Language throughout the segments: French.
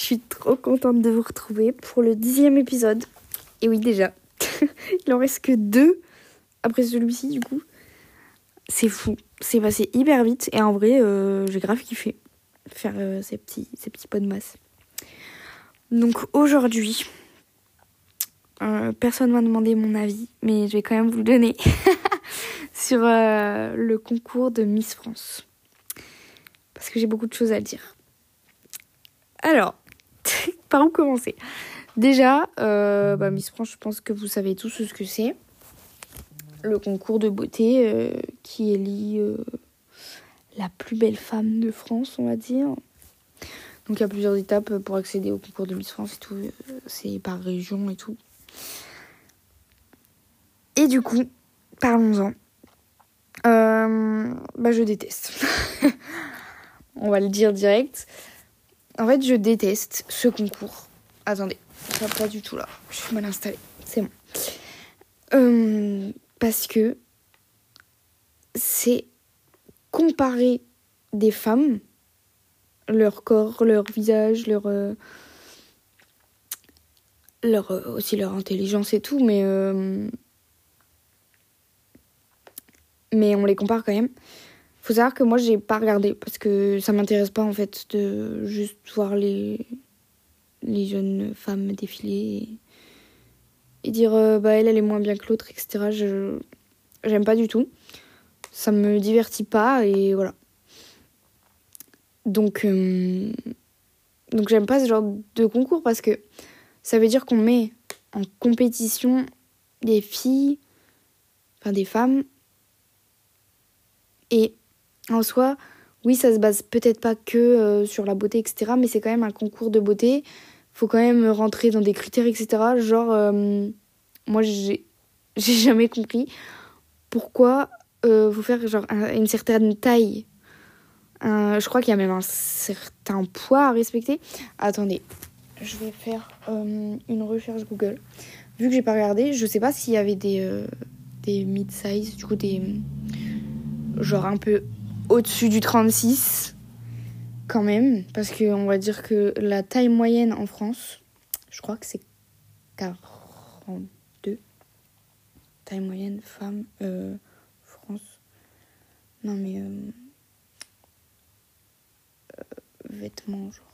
suis trop contente de vous retrouver pour le 10e épisode. Et oui, déjà, il en reste que 2 après celui-ci, du coup. C'est fou, c'est passé hyper vite. Et en vrai, j'ai grave kiffé faire ces petits pots de masse. Donc aujourd'hui, personne m'a demandé mon avis, mais je vais quand même vous le donner sur le concours de Miss France. Parce que j'ai beaucoup de choses à dire. Alors, par où commencer ? Déjà, Miss France, je pense que vous savez tous ce que c'est. Le concours de beauté qui élit la plus belle femme de France, on va dire. Donc il y a plusieurs étapes pour accéder au concours de Miss France et tout. C'est par région et tout. Et du coup, parlons-en. Je déteste. On va le dire direct. En fait, je déteste ce concours. Attendez, ça va pas du tout là. Je suis mal installée. C'est bon. Parce que c'est comparer des femmes, leur corps, leur visage, aussi leur intelligence et tout, mais on les compare quand même. Faut savoir que moi j'ai pas regardé parce que ça m'intéresse pas en fait de juste voir les jeunes femmes défiler et dire elle est moins bien que l'autre, etc. J'aime pas du tout. Ça me divertit pas et voilà. Donc j'aime pas ce genre de concours parce que ça veut dire qu'on met en compétition des filles, enfin des femmes. Et en soi, oui, ça se base peut-être pas que sur la beauté, etc. Mais c'est quand même un concours de beauté. Faut quand même rentrer dans des critères, etc. Genre, moi, j'ai jamais compris pourquoi faut faire genre une certaine taille. Je crois qu'il y a même un certain poids à respecter. Attendez, je vais faire une recherche Google. Vu que j'ai pas regardé, je sais pas s'il y avait des mid-size, du coup des genre un peu au-dessus du 36 quand même, parce que on va dire que la taille moyenne en France, je crois que c'est 42. Taille moyenne femme France. Non mais vêtements genre.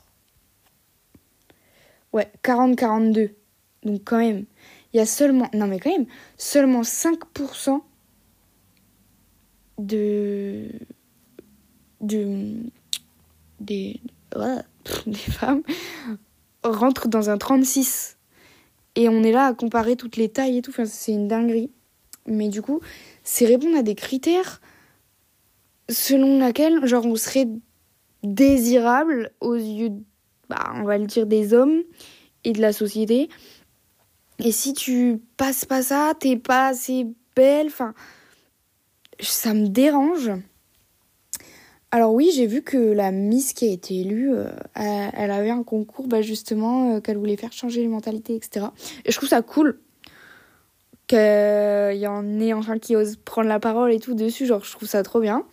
Ouais, 40-42. Donc quand même, il y a seulement 5% des femmes rentrent dans un 36. Et on est là à comparer toutes les tailles et tout. Enfin, c'est une dinguerie. Mais du coup, c'est répondre à des critères selon lesquels, genre, on serait désirable aux yeux, on va le dire, des hommes et de la société. Et si tu passes pas ça, t'es pas assez belle. Enfin, ça me dérange. Alors oui, j'ai vu que la Miss qui a été élue, elle avait un concours justement qu'elle voulait faire changer les mentalités, etc. Et je trouve ça cool qu'il y en ait enfin qui osent prendre la parole et tout dessus. Genre, je trouve ça trop bien.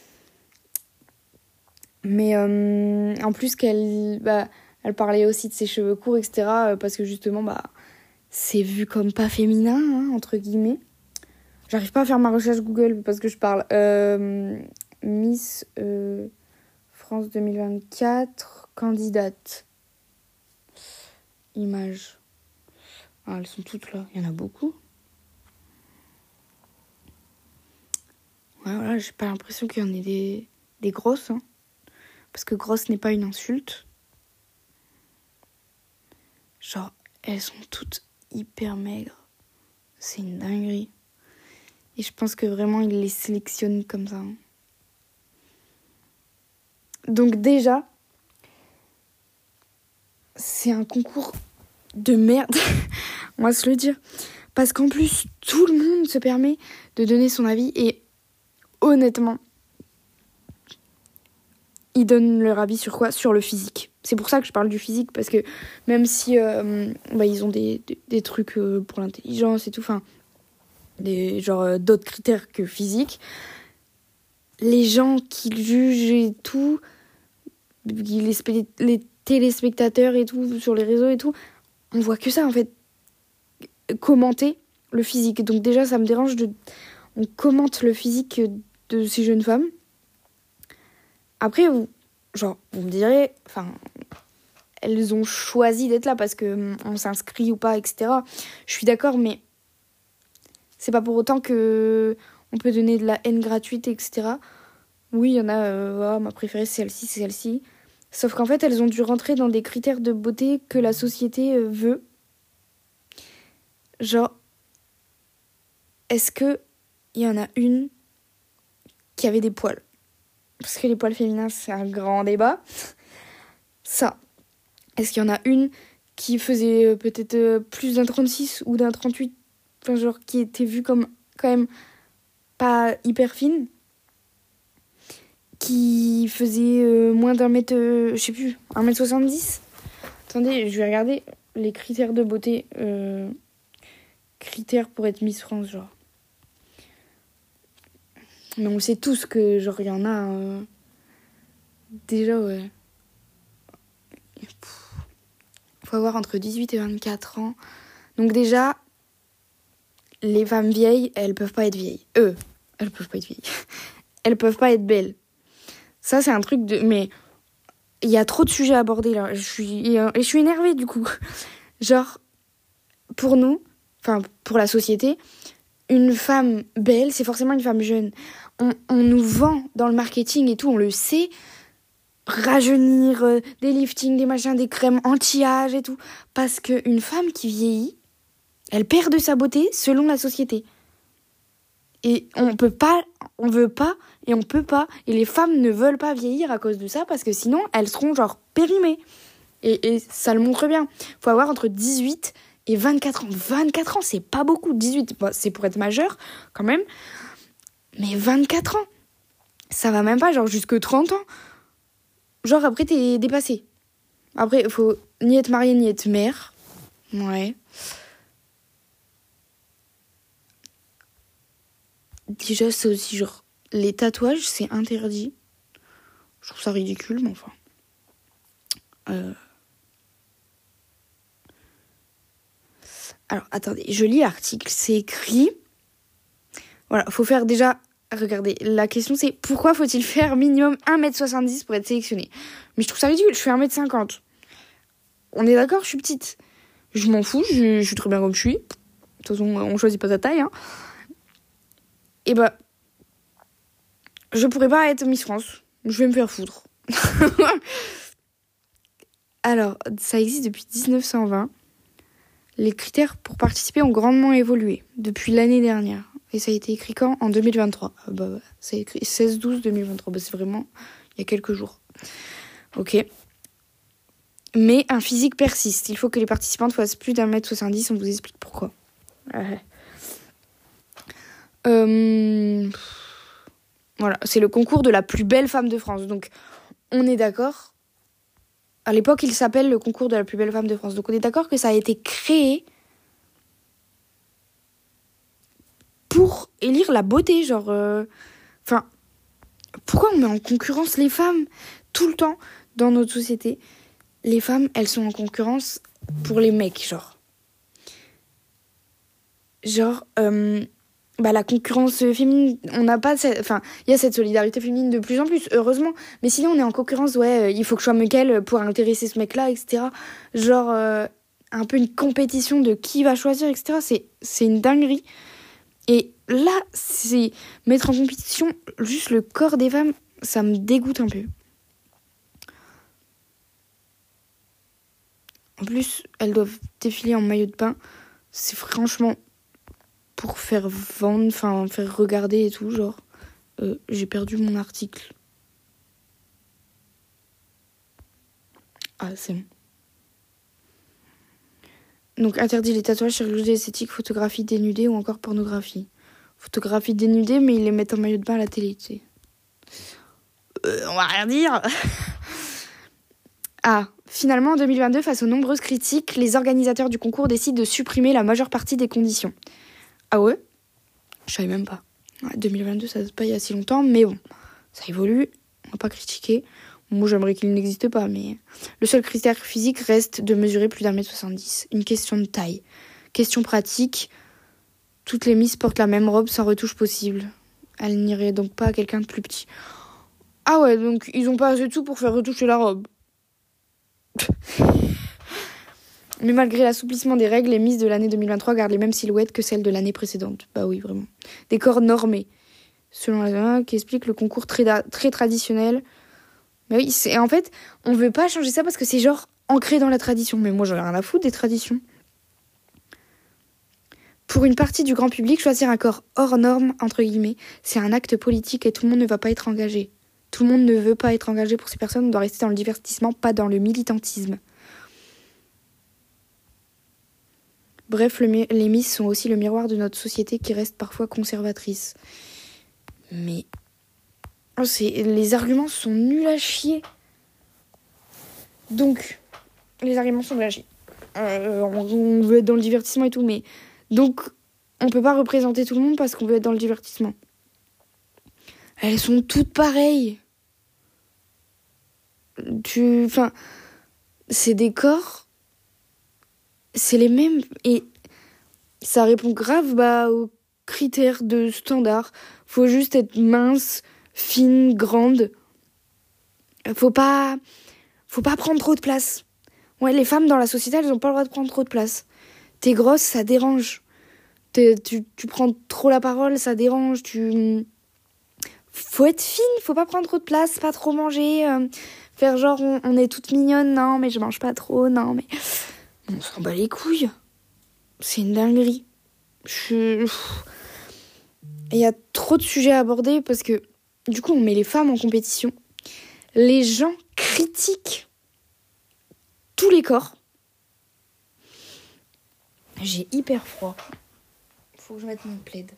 Mais en plus qu'elle elle parlait aussi de ses cheveux courts, etc. Parce que justement, c'est vu comme pas féminin, hein, entre guillemets. J'arrive pas à faire ma recherche Google parce que je parle. Miss France 2024, candidate. Images. Ah, elles sont toutes là. Il y en a beaucoup. Ouais, voilà, j'ai pas l'impression qu'il y en ait des grosses. Hein. Parce que grosse n'est pas une insulte. Genre, elles sont toutes hyper maigres. C'est une dinguerie. Et je pense que vraiment, ils les sélectionnent comme ça. Hein. Donc déjà, c'est un concours de merde, on va se le dire. Parce qu'en plus, tout le monde se permet de donner son avis. Et honnêtement, ils donnent leur avis sur quoi ? Sur le physique. C'est pour ça que je parle du physique. Parce que même si ils ont des trucs pour l'intelligence et tout, enfin, d'autres critères que physique, les gens qui jugent et tout, les téléspectateurs et tout, sur les réseaux et tout, on voit que ça, en fait. Commenter le physique. Donc déjà, ça me dérange on commente le physique de ces jeunes femmes. Après, vous me direz, enfin, elles ont choisi d'être là parce que on s'inscrit ou pas, etc. Je suis d'accord, mais c'est pas pour autant que on peut donner de la haine gratuite, etc. Oui, il y en a, ma préférée c'est celle-ci, c'est celle-ci. Sauf qu'en fait, elles ont dû rentrer dans des critères de beauté que la société veut. Genre, est-ce que il y en a une qui avait des poils? Parce que les poils féminins, c'est un grand débat. Ça. Est-ce qu'il y en a une qui faisait peut-être plus d'un 36 ou d'un 38? Enfin, genre, qui était vue comme quand même pas hyper fine. Qui faisait moins d'un mètre, je sais plus, 1m70. Attendez, je vais regarder les critères de beauté. Critères pour être Miss France, genre. Mais on sait tous que, genre, il y en a... déjà, ouais. Faut avoir entre 18 et 24 ans. Donc déjà, les femmes vieilles, elles peuvent pas être vieilles. Elles peuvent pas être vieilles. Elles peuvent pas être belles. Ça, c'est un truc de... Mais il y a trop de sujets à aborder, là. Je suis énervée, du coup. Genre, pour nous, enfin, pour la société, une femme belle, c'est forcément une femme jeune. On nous vend dans le marketing et tout, on le sait, rajeunir, des liftings, des machins, des crèmes anti-âge et tout. Parce qu'une femme qui vieillit, elle perd de sa beauté selon la société. Et on veut pas, et on peut pas. Et les femmes ne veulent pas vieillir à cause de ça, parce que sinon, elles seront genre périmées. Et ça le montre bien. Faut avoir entre 18 et 24 ans. 24 ans, c'est pas beaucoup. 18, c'est pour être majeur, quand même. Mais 24 ans, ça va même pas, genre jusque 30 ans. Genre après, t'es dépassé. Après, faut ni être mariée, ni être mère. Ouais. Déjà, c'est aussi genre... Les tatouages, c'est interdit. Je trouve ça ridicule, mais enfin... Alors, attendez, je lis l'article. C'est écrit... Voilà, faut faire déjà... Regardez, la question c'est pourquoi faut-il faire minimum 1m70 pour être sélectionné? Mais je trouve ça ridicule, je fais 1m50. On est d'accord, je suis petite. Je m'en fous, je suis très bien comme je suis. De toute façon, on choisit pas sa taille. Hein. Et bah... Je pourrais pas être Miss France. Je vais me faire foutre. Alors, ça existe depuis 1920. Les critères pour participer ont grandement évolué depuis l'année dernière. Et ça a été écrit quand? En 2023. C'est écrit 16-12-2023. C'est vraiment il y a quelques jours. Ok. Mais un physique persiste. Il faut que les participantes fassent plus d'1m70. On vous explique pourquoi. Voilà, c'est le concours de la plus belle femme de France. Donc, on est d'accord. À l'époque, il s'appelle le concours de la plus belle femme de France. Donc, on est d'accord que ça a été créé pour élire la beauté. Genre, enfin, pourquoi on met en concurrence les femmes tout le temps dans notre société? Les femmes, elles sont en concurrence pour les mecs, genre. La concurrence féminine, on n'a pas... Enfin, il y a cette solidarité féminine de plus en plus, heureusement. Mais sinon, on est en concurrence, il faut que je sois Michael pour intéresser ce mec-là, etc. Genre, un peu une compétition de qui va choisir, etc. C'est une dinguerie. Et là, c'est mettre en compétition juste le corps des femmes, ça me dégoûte un peu. En plus, elles doivent défiler en maillot de bain. C'est franchement... pour faire vendre, enfin faire regarder et tout, genre. J'ai perdu mon article. Ah, c'est bon. Donc, interdit les tatouages, chirurgie esthétique, photographie dénudée ou encore pornographie. Photographie dénudée, mais ils les mettent en maillot de bain à la télé, tu sais. On va rien dire. Ah, finalement, en 2022, face aux nombreuses critiques, les organisateurs du concours décident de supprimer la majeure partie des conditions. Ah ouais? Je savais même pas. Ouais, 2022, ça date pas il y a si longtemps, mais bon, ça évolue, on va pas critiquer. Moi, j'aimerais qu'il n'existe pas, mais... Le seul critère physique reste de mesurer plus d'1m70. Une question de taille. Question pratique. Toutes les Miss portent la même robe sans retouche possible. Elle n'irait donc pas à quelqu'un de plus petit. Ah ouais, donc ils ont pas assez de sous pour faire retoucher la robe. Mais malgré l'assouplissement des règles, les Miss de l'année 2023 gardent les mêmes silhouettes que celles de l'année précédente. Bah oui, vraiment. Des corps normés. Selon la qui explique le concours très traditionnel. Mais oui, en fait, on veut pas changer ça parce que c'est genre ancré dans la tradition. Mais moi, j'en ai rien à foutre des traditions. Pour une partie du grand public, choisir un corps hors norme, entre guillemets, c'est un acte politique et tout le monde ne va pas être engagé. Tout le monde ne veut pas être engagé pour ces personnes, on doit rester dans le divertissement, pas dans le militantisme. Bref, les Miss sont aussi le miroir de notre société qui reste parfois conservatrice. Mais les arguments sont nuls à chier. Donc, les arguments sont nuls à chier. On veut être dans le divertissement et tout, mais... Donc, on peut pas représenter tout le monde parce qu'on veut être dans le divertissement. Elles sont toutes pareilles. C'est des corps... C'est les mêmes. Et ça répond grave aux critères de standard. Faut juste être mince, fine, grande. Faut pas prendre trop de place. Ouais, les femmes dans la société, elles ont pas le droit de prendre trop de place. T'es grosse, ça dérange. Tu prends trop la parole, ça dérange. Faut être fine, faut pas prendre trop de place, pas trop manger. Faire genre, on est toute mignonne, non, mais je mange pas trop, non, mais... On s'en bat les couilles. C'est une dinguerie. Il y a trop de sujets à aborder parce que, du coup, on met les femmes en compétition. Les gens critiquent tous les corps. J'ai hyper froid. Faut que je mette mon plaid.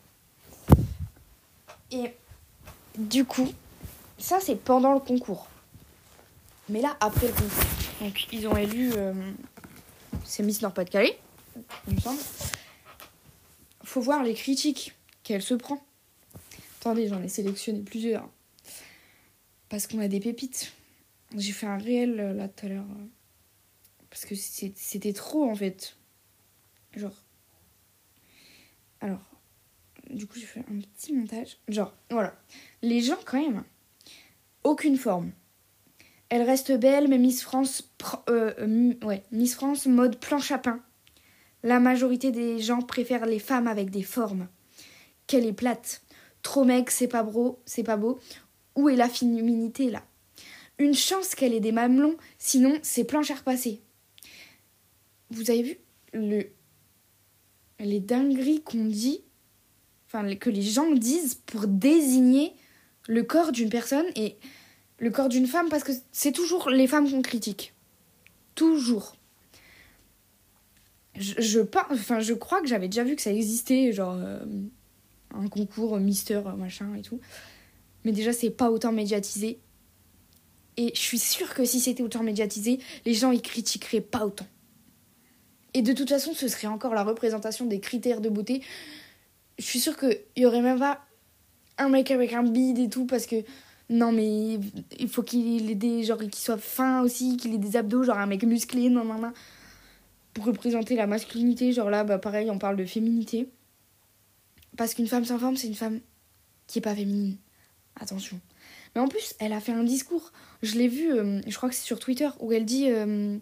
Et du coup, ça c'est pendant le concours. Mais là, après le concours. Donc, ils ont élu... c'est Miss Nord-Pas-de-Calais, il me semble. Faut voir les critiques qu'elle se prend. Attendez, j'en ai sélectionné plusieurs. Parce qu'on a des pépites. J'ai fait un réel là tout à l'heure. Parce que c'était trop en fait. Genre. Alors. Du coup, j'ai fait un petit montage. Genre, voilà. Les gens, quand même, aucune forme. Elle reste belle, mais Miss France, Miss France mode planche à pain. La majorité des gens préfèrent les femmes avec des formes. Qu'elle est plate. Trop maigre, c'est pas beau. Où est la féminité, là? Une chance qu'elle ait des mamelons, sinon c'est planche à repasser. Vous avez vu les dingueries qu'on dit, que les gens disent pour désigner le corps d'une personne et le corps d'une femme, parce que c'est toujours les femmes qu'on critique. Toujours. Je crois que j'avais déjà vu que ça existait, genre un concours Mister machin et tout. Mais déjà, c'est pas autant médiatisé. Et je suis sûre que si c'était autant médiatisé, les gens y critiqueraient pas autant. Et de toute façon, ce serait encore la représentation des critères de beauté. Je suis sûre qu'il y aurait même pas un mec avec un bide et tout, parce que non, mais il faut qu'il ait qu'il soit fin aussi, qu'il ait des abdos, genre un mec musclé, non, pour représenter la masculinité. Genre là, pareil, on parle de féminité. Parce qu'une femme sans forme, c'est une femme qui est pas féminine. Attention. Mais en plus, elle a fait un discours. Je l'ai vu, je crois que c'est sur Twitter, où elle dit...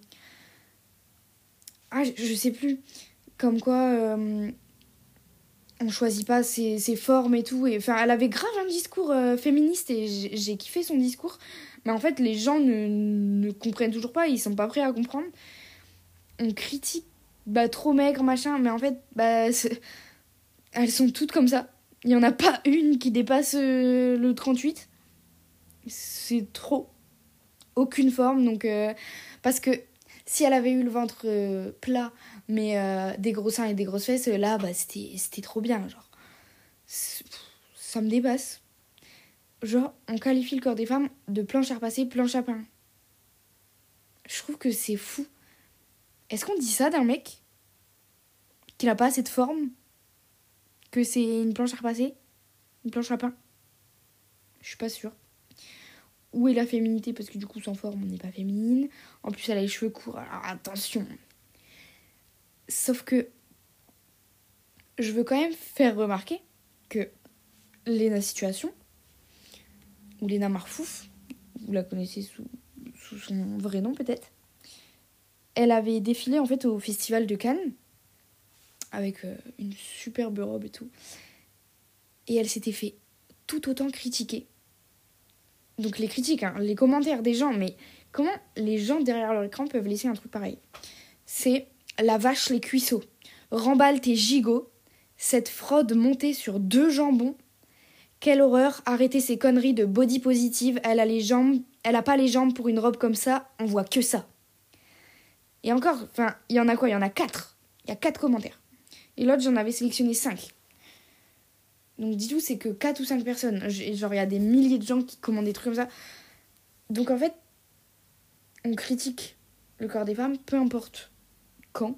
je sais plus. Comme quoi, on choisit pas ses formes et tout. Elle avait grave un discours féministe et j'ai kiffé son discours. Mais en fait, les gens ne comprennent toujours pas. Ils sont pas prêts à comprendre. On critique trop maigre, machin. Mais en fait, elles sont toutes comme ça. Il y en a pas une qui dépasse le 38. C'est trop. Aucune forme. Donc, parce que si elle avait eu le ventre plat, mais des gros seins et des grosses fesses, là, c'était trop bien. Genre, ça me dépasse. Genre, on qualifie le corps des femmes de planche à repasser, planche à pain. Je trouve que c'est fou. Est-ce qu'on dit ça d'un mec qu'il a pas assez de forme? Que c'est une planche à repasser? Une planche à pain? Je suis pas sûre. où est la féminité, parce que du coup sans forme on n'est pas féminine. En plus elle a les cheveux courts, alors attention. Sauf que je veux quand même faire remarquer que Léna Situation, ou Léna Marfouf, vous la connaissez sous son vrai nom peut-être, elle avait défilé en fait au festival de Cannes avec une superbe robe et tout. Et elle s'était fait tout autant critiquer. Donc les critiques, hein, les commentaires des gens, mais comment les gens derrière leur écran peuvent laisser un truc pareil? C'est la vache les cuisseaux. Remballe tes gigots. Cette fraude montée sur 2 jambons. Quelle horreur, arrêtez ces conneries de body positive. Elle a pas les jambes pour une robe comme ça, on voit que ça. Et encore, enfin, il y en a quoi? Il y en a 4. Il y a 4 commentaires. Et l'autre, j'en avais sélectionné 5. Donc dis-vous, c'est que 4 ou 5 personnes. Genre, il y a des milliers de gens qui commandent des trucs comme ça. Donc en fait, on critique le corps des femmes, peu importe quand.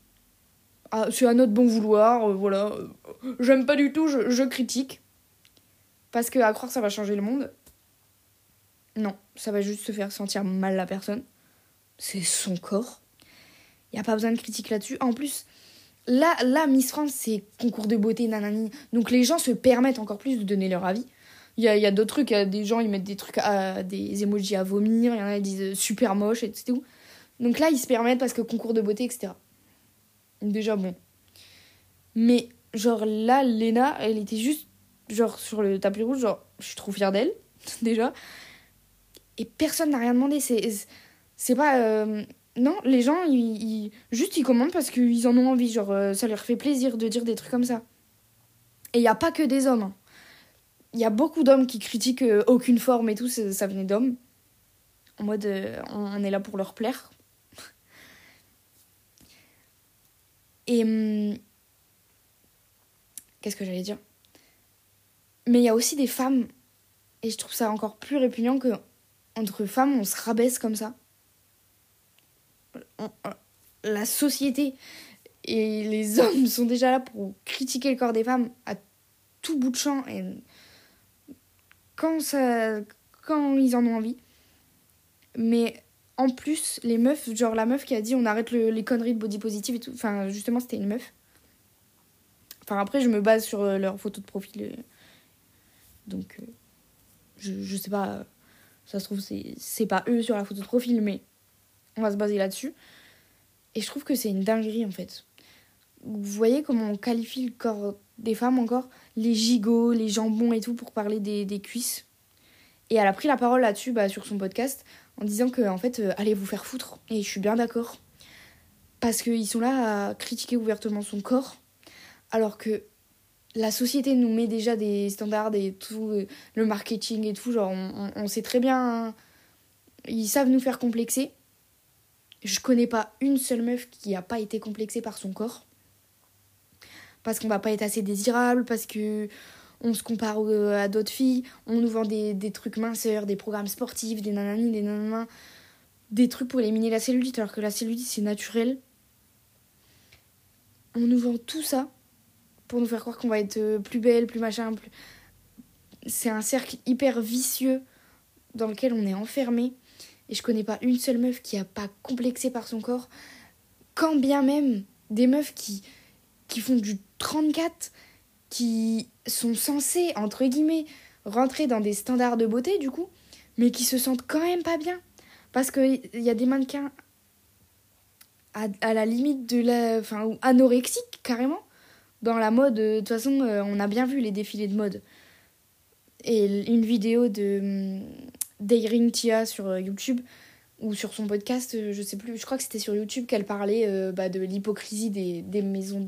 Ah, c'est à notre bon vouloir, voilà. J'aime pas du tout, je critique. Parce que à croire que ça va changer le monde. Non, ça va juste se faire sentir mal la personne. C'est son corps. Il n'y a pas besoin de critique là-dessus. En plus, là, Miss France, c'est concours de beauté, nanani. Donc les gens se permettent encore plus de donner leur avis. Il y a d'autres trucs. Il y a des gens, ils mettent des trucs, des emojis à vomir. Il y en a, ils disent super moche, etc. Donc là, ils se permettent parce que concours de beauté, etc. Déjà, bon. Mais, genre, là, Léna, elle était juste, genre, sur le tapis rouge. Genre, je suis trop fière d'elle, déjà. Et personne n'a rien demandé. C'est pas... Non, les gens, juste ils commandent parce qu'ils en ont envie. Genre, ça leur fait plaisir de dire des trucs comme ça. Et il n'y a pas que des hommes. Il y a beaucoup d'hommes qui critiquent aucune forme et tout. Ça venait d'hommes. En mode, on est là pour leur plaire. Et... qu'est-ce que j'allais dire? Mais il y a aussi des femmes. Et je trouve ça encore plus répugnant que entre femmes, on se rabaisse comme ça. La société et les hommes sont déjà là pour critiquer le corps des femmes à tout bout de champ et quand ils en ont envie. Mais en plus, les meufs, genre la meuf qui a dit on arrête les conneries de body positive et tout, enfin justement c'était une meuf. Enfin après je me base sur leur photo de profil. Donc je sais pas, ça se trouve c'est pas eux sur la photo de profil, mais on va se baser là-dessus. Et je trouve que c'est une dinguerie en fait. Vous voyez comment on qualifie le corps des femmes encore? Les gigots, les jambons et tout pour parler des cuisses. Et elle a pris la parole là-dessus sur son podcast en disant que en fait, allez vous faire foutre. Et je suis bien d'accord. Parce qu'ils sont là à critiquer ouvertement son corps. Alors que la société nous met déjà des standards et tout, le marketing et tout. Genre on sait très bien, hein, ils savent nous faire complexer. Je connais pas une seule meuf qui a pas été complexée par son corps. Parce qu'on va pas être assez désirable, parce que on se compare à d'autres filles, on nous vend des trucs minceurs, des programmes sportifs, des nanani, des nanana, des trucs pour éliminer la cellulite, alors que la cellulite c'est naturel. On nous vend tout ça pour nous faire croire qu'on va être plus belle, plus machin, plus... C'est un cercle hyper vicieux dans lequel on est enfermé. Et je connais pas une seule meuf qui a pas complexé par son corps. Quand bien même des meufs qui font du 34, qui sont censées, entre guillemets, rentrer dans des standards de beauté, du coup, mais qui se sentent quand même pas bien. Parce qu'il y a des mannequins à la limite de la... Enfin, ou anorexiques, carrément. Dans la mode, de toute façon, on a bien vu les défilés de mode. Et une vidéo de Daring Tia sur YouTube, ou sur son podcast, je sais plus, je crois que c'était sur YouTube qu'elle parlait de l'hypocrisie des maisons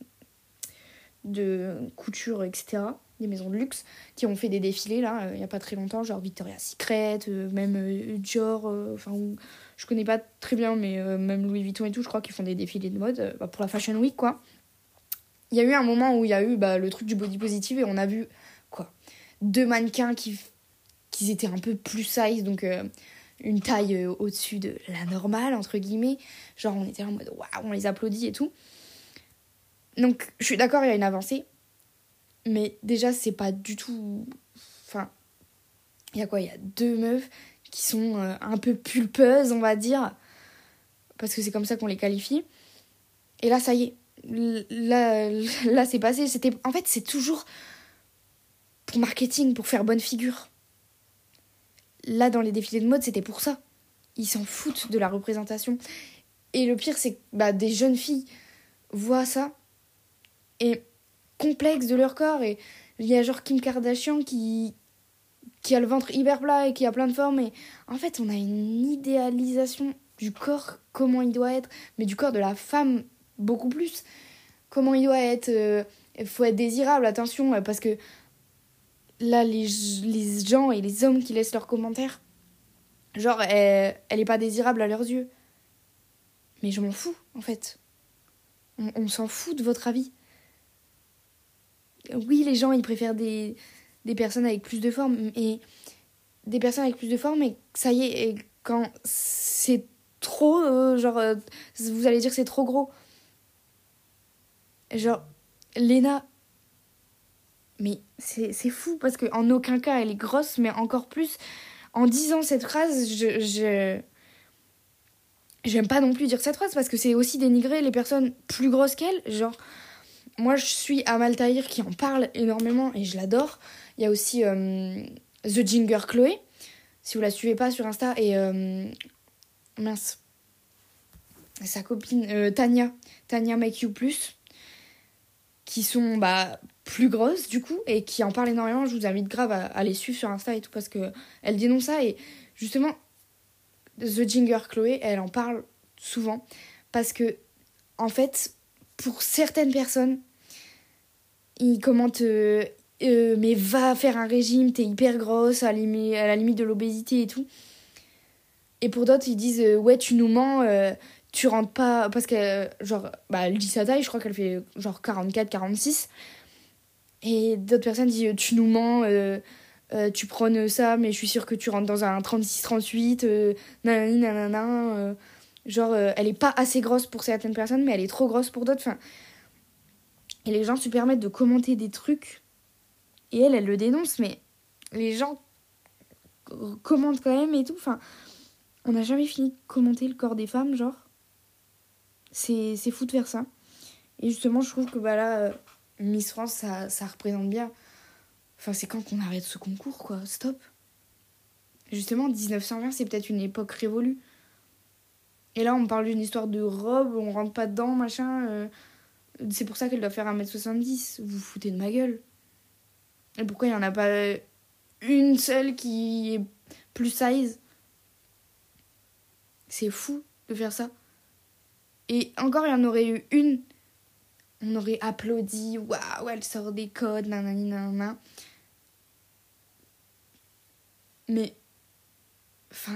de couture, etc., des maisons de luxe, qui ont fait des défilés, là, il n'y a pas très longtemps, genre Victoria's Secret, même Dior, je connais pas très bien, mais même Louis Vuitton et tout, je crois qu'ils font des défilés de mode pour la Fashion Week, quoi. Il y a eu un moment où il y a eu le truc du body positive, et on a vu, 2 mannequins qui étaient un peu plus size, donc une taille au-dessus de la normale, entre guillemets. Genre, on était en mode, waouh, on les applaudit et tout. Donc, je suis d'accord, il y a une avancée. Mais déjà, c'est pas du tout... Enfin, Il y a quoi? Il y a 2 meufs qui sont un peu pulpeuses, on va dire, parce que c'est comme ça qu'on les qualifie. Et là, ça y est. Là c'est passé. En fait, c'est toujours pour marketing, pour faire bonne figure. Là, dans les défilés de mode, c'était pour ça. Ils s'en foutent de la représentation. Et le pire, c'est que des jeunes filles voient ça et complexes de leur corps. Et il y a genre Kim Kardashian qui a le ventre hyper plat et qui a plein de formes. Et en fait, on a une idéalisation du corps, comment il doit être, mais du corps de la femme beaucoup plus. Comment il doit être. Il faut être désirable, attention, parce que là, les gens et les hommes qui laissent leurs commentaires, genre, elle est pas désirable à leurs yeux. Mais je m'en fous, en fait. On s'en fout de votre avis. Oui, les gens, ils préfèrent des personnes avec plus de forme, et des personnes avec plus de forme, et ça y est, et quand c'est trop, vous allez dire que c'est trop gros. Genre, Léna, mais c'est fou, parce qu'en aucun cas elle est grosse, mais encore plus, en disant cette phrase, j'aime pas non plus dire cette phrase, parce que c'est aussi dénigrer les personnes plus grosses qu'elle. Genre, moi je suis Amal Tahir qui en parle énormément, et je l'adore. Il y a aussi The Ginger Chloé, si vous la suivez pas sur Insta, et mince, sa copine Tania Make You Plus, qui sont plus grosses du coup, et qui en parlent énormément. Je vous invite grave à les suivre sur Insta et tout, parce que elle dénonce ça. Et justement, The Ginger Chloé, elle en parle souvent, parce que en fait, pour certaines personnes, ils commentent mais va faire un régime, t'es hyper grosse, à la limite de l'obésité et tout. Et pour d'autres, ils disent ouais, tu nous mens, tu rentres pas, parce que genre elle dit sa taille, je crois qu'elle fait genre 44-46. Et d'autres personnes disent tu nous mens, tu prônes ça, mais je suis sûre que tu rentres dans un 36-38, nanani nanana. Genre, elle est pas assez grosse pour certaines personnes, mais elle est trop grosse pour d'autres. Enfin, et les gens se permettent de commenter des trucs, et elle le dénonce, mais les gens commentent quand même et tout. Enfin, on n'a jamais fini de commenter le corps des femmes, genre. C'est fou de faire ça. Et justement, je trouve que là, Miss France, ça représente bien. Enfin, c'est quand qu'on arrête ce concours, quoi. Stop. Justement, 1920, c'est peut-être une époque révolue. Et là, on me parle d'une histoire de robe, on rentre pas dedans, machin. C'est pour ça qu'elle doit faire 1m70. Vous vous foutez de ma gueule. Et pourquoi il y en a pas une seule qui est plus size? C'est fou de faire ça. Et encore, il y en aurait eu une. On aurait applaudi. Waouh, elle sort des codes, nanani, nanana. Mais, enfin,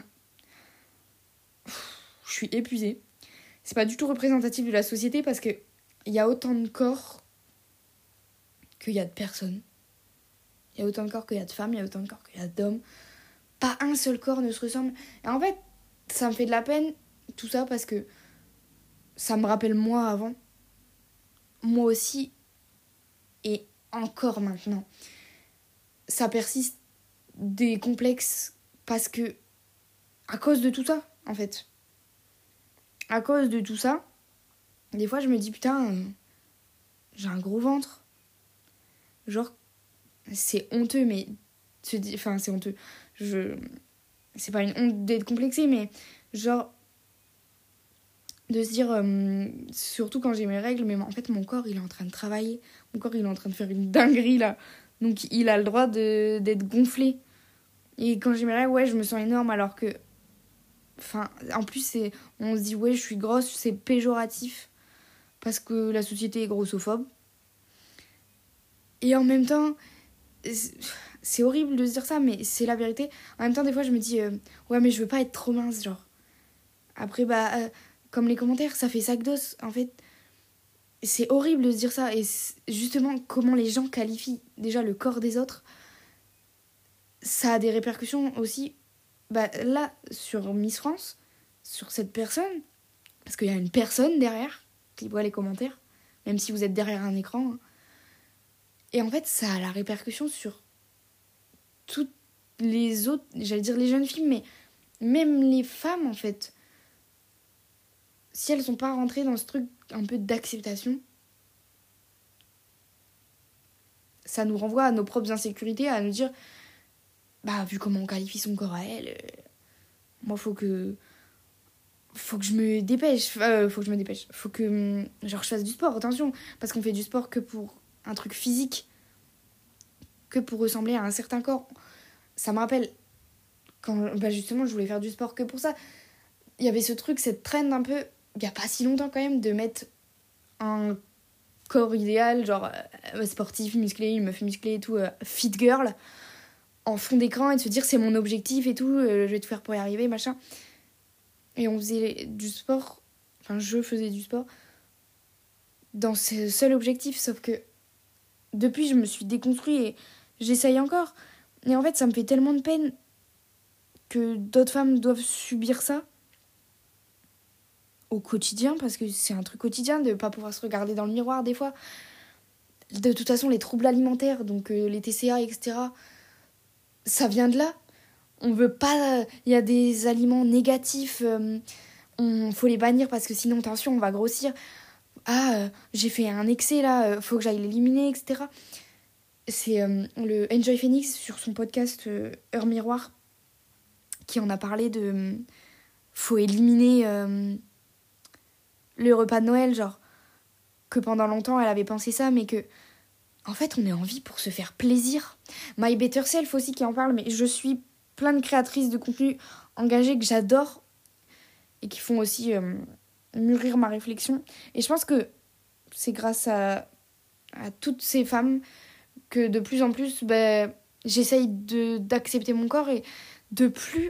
je suis épuisée. C'est pas du tout représentatif de la société, parce que il y a autant de corps qu'il y a de personnes. Il y a autant de corps qu'il y a de femmes, il y a autant de corps qu'il y a d'hommes. Pas un seul corps ne se ressemble. Et en fait, ça me fait de la peine, tout ça, parce que ça me rappelle moi avant. Moi aussi. Et encore maintenant. Ça persiste, des complexes, parce que à cause de tout ça, en fait. À cause de tout ça, des fois je me dis putain, j'ai un gros ventre. Genre, c'est honteux, mais enfin c'est honteux. C'est pas une honte d'être complexée, mais genre de se dire, surtout quand j'ai mes règles, mais en fait mon corps il est en train de travailler, mon corps il est en train de faire une dinguerie là, donc il a le droit d'être gonflé. Et quand j'ai mes règles, ouais, je me sens énorme, alors que, enfin, en plus on se dit ouais, je suis grosse, c'est péjoratif parce que la société est grossophobe. Et en même temps, c'est horrible de se dire ça, mais c'est la vérité. En même temps, des fois je me dis ouais, mais je veux pas être trop mince, genre. Après comme les commentaires, ça fait sac d'os. En fait, c'est horrible de se dire ça. Et justement, comment les gens qualifient déjà le corps des autres, ça a des répercussions aussi. Là, sur Miss France, sur cette personne, parce qu'il y a une personne derrière qui voit les commentaires, même si vous êtes derrière un écran. Et en fait, ça a la répercussion sur les autres, j'allais dire les jeunes filles, mais même les femmes, en fait, si elles sont pas rentrées dans ce truc un peu d'acceptation, ça nous renvoie à nos propres insécurités, à nous dire, bah, vu comment on qualifie son corps à elle, moi, faut que je me dépêche. Faut que, genre, je fasse du sport, attention. Parce qu'on fait du sport que pour un truc physique, que pour ressembler à un certain corps. Ça me rappelle, quand, bah, justement, je voulais faire du sport que pour ça. Il y avait ce truc, cette trend un peu, il y a pas si longtemps quand même, de mettre un corps idéal, genre sportif, musclé, une meuf musclée et tout, fit girl, en fond d'écran, et de se dire c'est mon objectif et tout, je vais tout faire pour y arriver, machin. Et on faisait du sport, enfin je faisais du sport, dans ce seul objectif, sauf que depuis je me suis déconstruit et j'essaye encore. Et en fait ça me fait tellement de peine que d'autres femmes doivent subir ça au quotidien, parce que c'est un truc quotidien de pas pouvoir se regarder dans le miroir des fois. De toute façon, les troubles alimentaires, donc les TCA, etc., ça vient de là. On veut pas... Il y a des aliments négatifs, faut les bannir parce que sinon, attention, on va grossir. J'ai fait un excès là, faut que j'aille l'éliminer, etc. C'est le Enjoy Phoenix sur son podcast Heure Miroir qui en a parlé de... faut éliminer le repas de Noël, genre que pendant longtemps elle avait pensé ça, mais que en fait on est en vie pour se faire plaisir. My Better Self aussi qui en parle, mais je suis plein de créatrices de contenu engagées que j'adore et qui font aussi mûrir ma réflexion. Et je pense que c'est grâce à toutes ces femmes que de plus en plus j'essaye d'accepter mon corps et de plus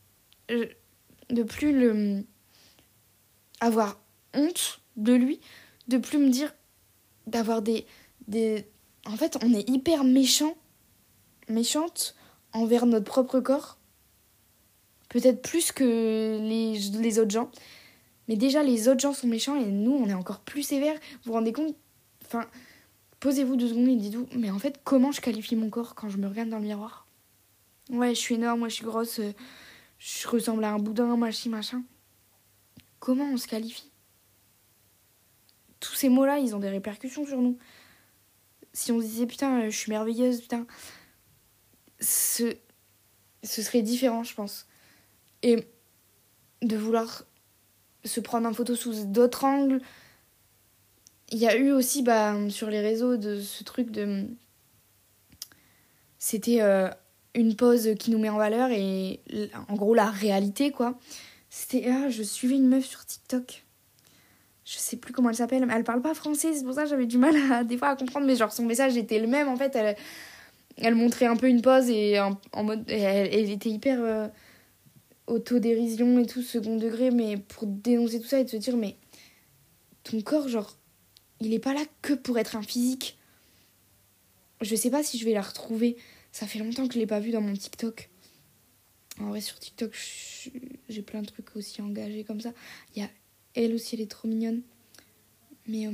avoir honte de lui, de plus me dire d'avoir des... En fait, on est hyper méchante envers notre propre corps, peut-être plus que les autres gens, mais déjà les autres gens sont méchants et nous on est encore plus sévères. Vous vous rendez compte? Enfin, posez-vous 2 secondes et dites-vous, mais en fait comment je qualifie mon corps quand je me regarde dans le miroir? Ouais, je suis énorme, moi je suis grosse, je ressemble à un boudin, machin. Comment on se qualifie? Tous ces mots-là, ils ont des répercussions sur nous. Si on se disait, putain, je suis merveilleuse, putain, ce serait différent, je pense. Et de vouloir se prendre en photo sous d'autres angles. Il y a eu aussi, sur les réseaux, de ce truc de... C'était une pose qui nous met en valeur et, en gros, la réalité, quoi. C'était... je suivais une meuf sur TikTok. Je sais plus comment elle s'appelle, mais elle parle pas français, c'est pour ça que j'avais du mal des fois à comprendre, mais genre son message était le même en fait. Elle montrait un peu une pause et en mode elle était hyper autodérision et tout, second degré, mais pour dénoncer tout ça et de se dire mais ton corps, genre, il est pas là que pour être un physique. Je sais pas si je vais la retrouver, ça fait longtemps que je l'ai pas vue dans mon TikTok. En vrai sur TikTok j'ai plein de trucs aussi engagés comme ça. Il y a elle aussi, elle est trop mignonne. Mais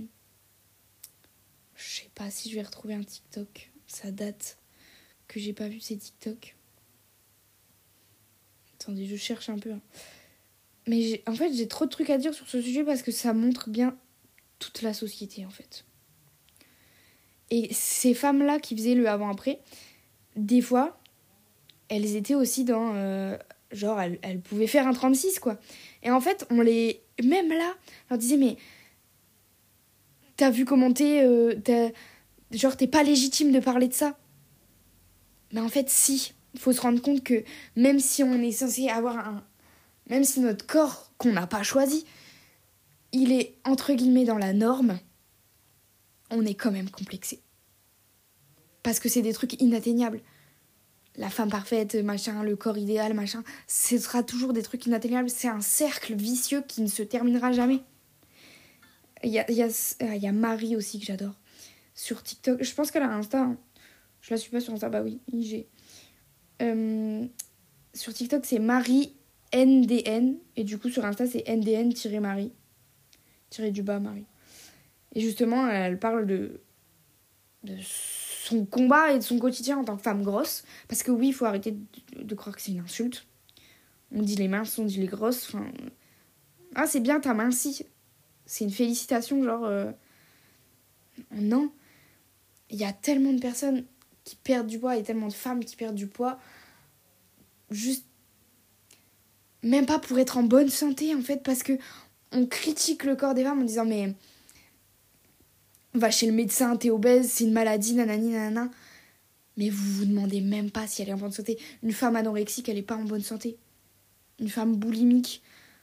je sais pas si je vais retrouver un TikTok. Ça date que j'ai pas vu ces TikTok. Attendez, je cherche un peu. Mais en fait, j'ai trop de trucs à dire sur ce sujet parce que ça montre bien toute la société, en fait. Et ces femmes-là qui faisaient le avant-après, des fois, elles étaient aussi dans... genre, elles pouvaient faire un 36, quoi. Et en fait, même là, on leur disait, mais t'as vu comment genre, t'es pas légitime de parler de ça. Mais en fait, si. Il faut se rendre compte que même si on est censé avoir même si notre corps, qu'on n'a pas choisi, il est entre guillemets dans la norme, on est quand même complexé. Parce que c'est des trucs inatteignables. La femme parfaite, machin, le corps idéal, machin, ce sera toujours des trucs inatteignables. C'est un cercle vicieux qui ne se terminera jamais. Il y a Marie aussi que j'adore. Sur TikTok, je pense qu'elle a un Insta. Hein. Je la suis pas sur Insta, bah oui, IG. Sur TikTok, c'est Marie NDN. Et du coup, sur Insta, c'est NDN-Marie. Tiré du bas, Marie. Et justement, elle parle de son combat et de son quotidien en tant que femme grosse. Parce que oui, il faut arrêter de croire que c'est une insulte. On dit les minces, on dit les grosses. Enfin... Ah, c'est bien, t'as minci. C'est une félicitation, genre... Non. Il y a tellement de personnes qui perdent du poids et tellement de femmes qui perdent du poids. Juste... Même pas pour être en bonne santé, en fait. Parce que on critique le corps des femmes en disant, mais... Va chez le médecin, t'es obèse, c'est une maladie, nanani, nanana. Mais vous vous demandez même pas si elle est en bonne santé. Une femme anorexique, elle est pas en bonne santé. Une femme boulimique,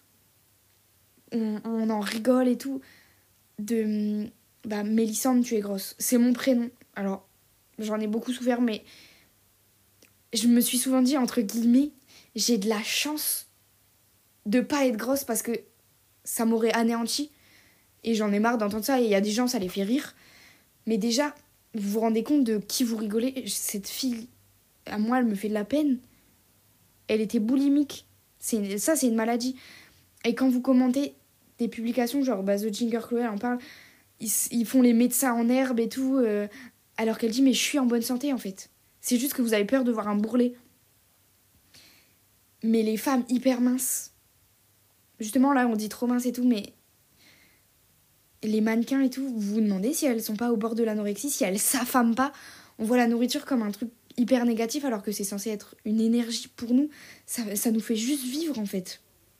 on en rigole et tout. Mélissande, tu es grosse. C'est mon prénom. Alors, j'en ai beaucoup souffert, mais je me suis souvent dit, entre guillemets, j'ai de la chance de pas être grosse parce que ça m'aurait anéanti. Et j'en ai marre d'entendre ça. Et il y a des gens, ça les fait rire. Mais déjà, vous vous rendez compte de qui vous rigolez? Cette fille, à moi, elle me fait de la peine. Elle était boulimique. Ça, c'est une maladie. Et quand vous commentez des publications, genre The Ginger Chloé, elle en parle, ils font les médecins en herbe et tout, alors qu'elle dit, mais je suis en bonne santé, en fait. C'est juste que vous avez peur de voir un bourrelet. Mais les femmes hyper minces, justement, là, on dit trop mince et tout, mais les mannequins et tout, vous vous demandez si elles sont pas au bord de l'anorexie, si elles s'affament pas. On voit la nourriture comme un truc hyper négatif alors que c'est censé être une énergie pour nous. Ça nous fait juste vivre, en fait.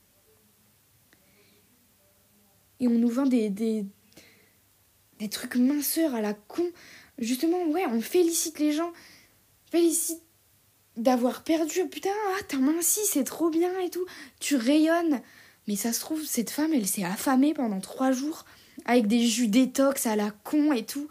Et on nous vend des trucs minceurs à la con. Justement, ouais, on félicite les gens. Félicite d'avoir perdu. Putain, ah, t'as minci, c'est trop bien et tout. Tu rayonnes. Mais ça se trouve, cette femme, elle s'est affamée pendant 3 jours avec des jus détox à la con et tout.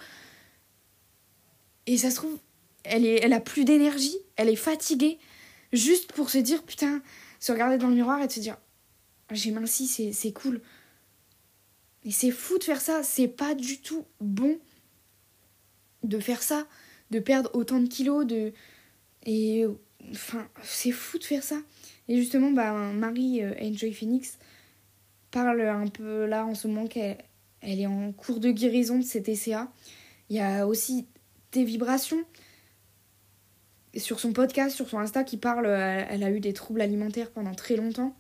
Et ça se trouve, elle a plus d'énergie. Elle est fatiguée. Juste pour se dire, putain, se regarder dans le miroir et de se dire, j'ai minci, c'est cool. Et c'est fou de faire ça. C'est pas du tout bon de faire ça. De perdre autant de kilos. Et enfin, c'est fou de faire ça. Et justement, Marie Enjoy Phoenix parle un peu là en ce moment qu'elle est en cours de guérison de cette TCA. Il y a aussi des vibrations. Sur son podcast, sur son Insta, qui parle, elle a eu des troubles alimentaires pendant très longtemps.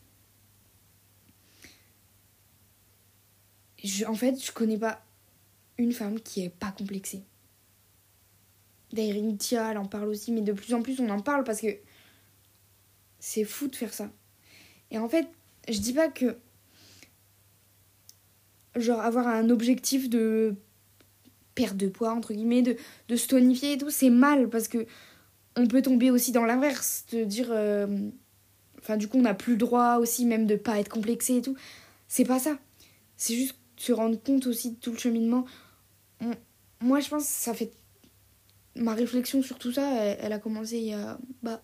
En fait, je connais pas une femme qui est pas complexée. D'ailleurs, Tia, elle en parle aussi, mais de plus en plus, on en parle parce que c'est fou de faire ça. Et en fait, je dis pas que genre avoir un objectif de perte de poids, entre guillemets, de se tonifier et tout, c'est mal parce que on peut tomber aussi dans l'inverse, de dire... du coup, on n'a plus le droit aussi même de pas être complexé et tout. C'est pas ça. C'est juste se rendre compte aussi de tout le cheminement. Moi, je pense que ça fait... Ma réflexion sur tout ça, elle a commencé il y a...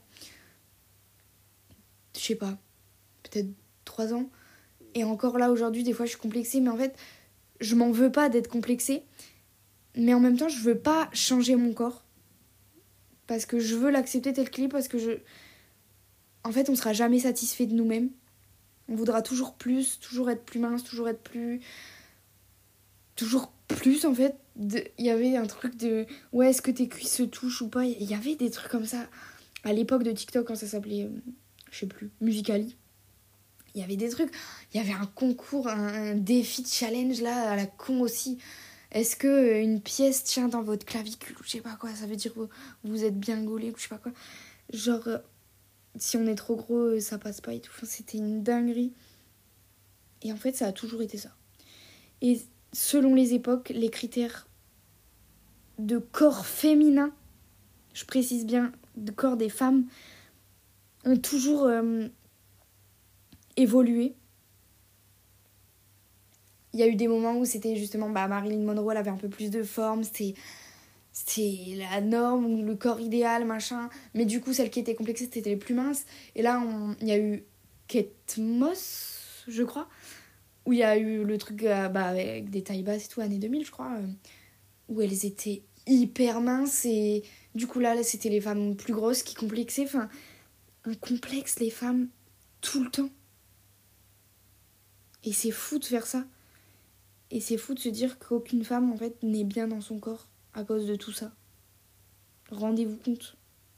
je sais pas, peut-être 3 ans. Et encore là, aujourd'hui, des fois, je suis complexée. Mais en fait, je m'en veux pas d'être complexée. Mais en même temps, je veux pas changer mon corps. Parce que je veux l'accepter tel qu'il est. Parce que en fait, on sera jamais satisfait de nous-mêmes. On voudra toujours plus, toujours être plus mince, toujours être plus... Toujours plus, en fait. Il y avait un truc de... Ouais, est-ce que tes cuisses se touchent ou pas? Il y avait des trucs comme ça. À l'époque de TikTok, quand ça s'appelait... je sais plus, Musical.ly. Il y avait des trucs. Il y avait un concours, un défi de challenge, là, à la con aussi. Est-ce que une pièce tient dans votre clavicule ou je sais pas quoi? Ça veut dire que vous êtes bien gaulé ou je sais pas quoi. Genre... si on est trop gros, ça passe pas et tout. Enfin, c'était une dinguerie. Et en fait, ça a toujours été ça. Et selon les époques, les critères de corps féminin, je précise bien, de corps des femmes, ont toujours évolué. Il y a eu des moments où c'était justement... Marilyn Monroe, elle avait un peu plus de forme, c'était la norme, le corps idéal, machin. Mais du coup, celles qui étaient complexées, c'était les plus minces. Et là, il y a eu Kate Moss, je crois, où il y a eu le truc avec des tailles basses et tout, années 2000, je crois, où elles étaient hyper minces. Et du coup, là, c'était les femmes plus grosses qui complexaient. Enfin, on complexe les femmes tout le temps. Et c'est fou de faire ça. Et c'est fou de se dire qu'aucune femme, en fait, n'est bien dans son corps à cause de tout ça. Rendez-vous compte.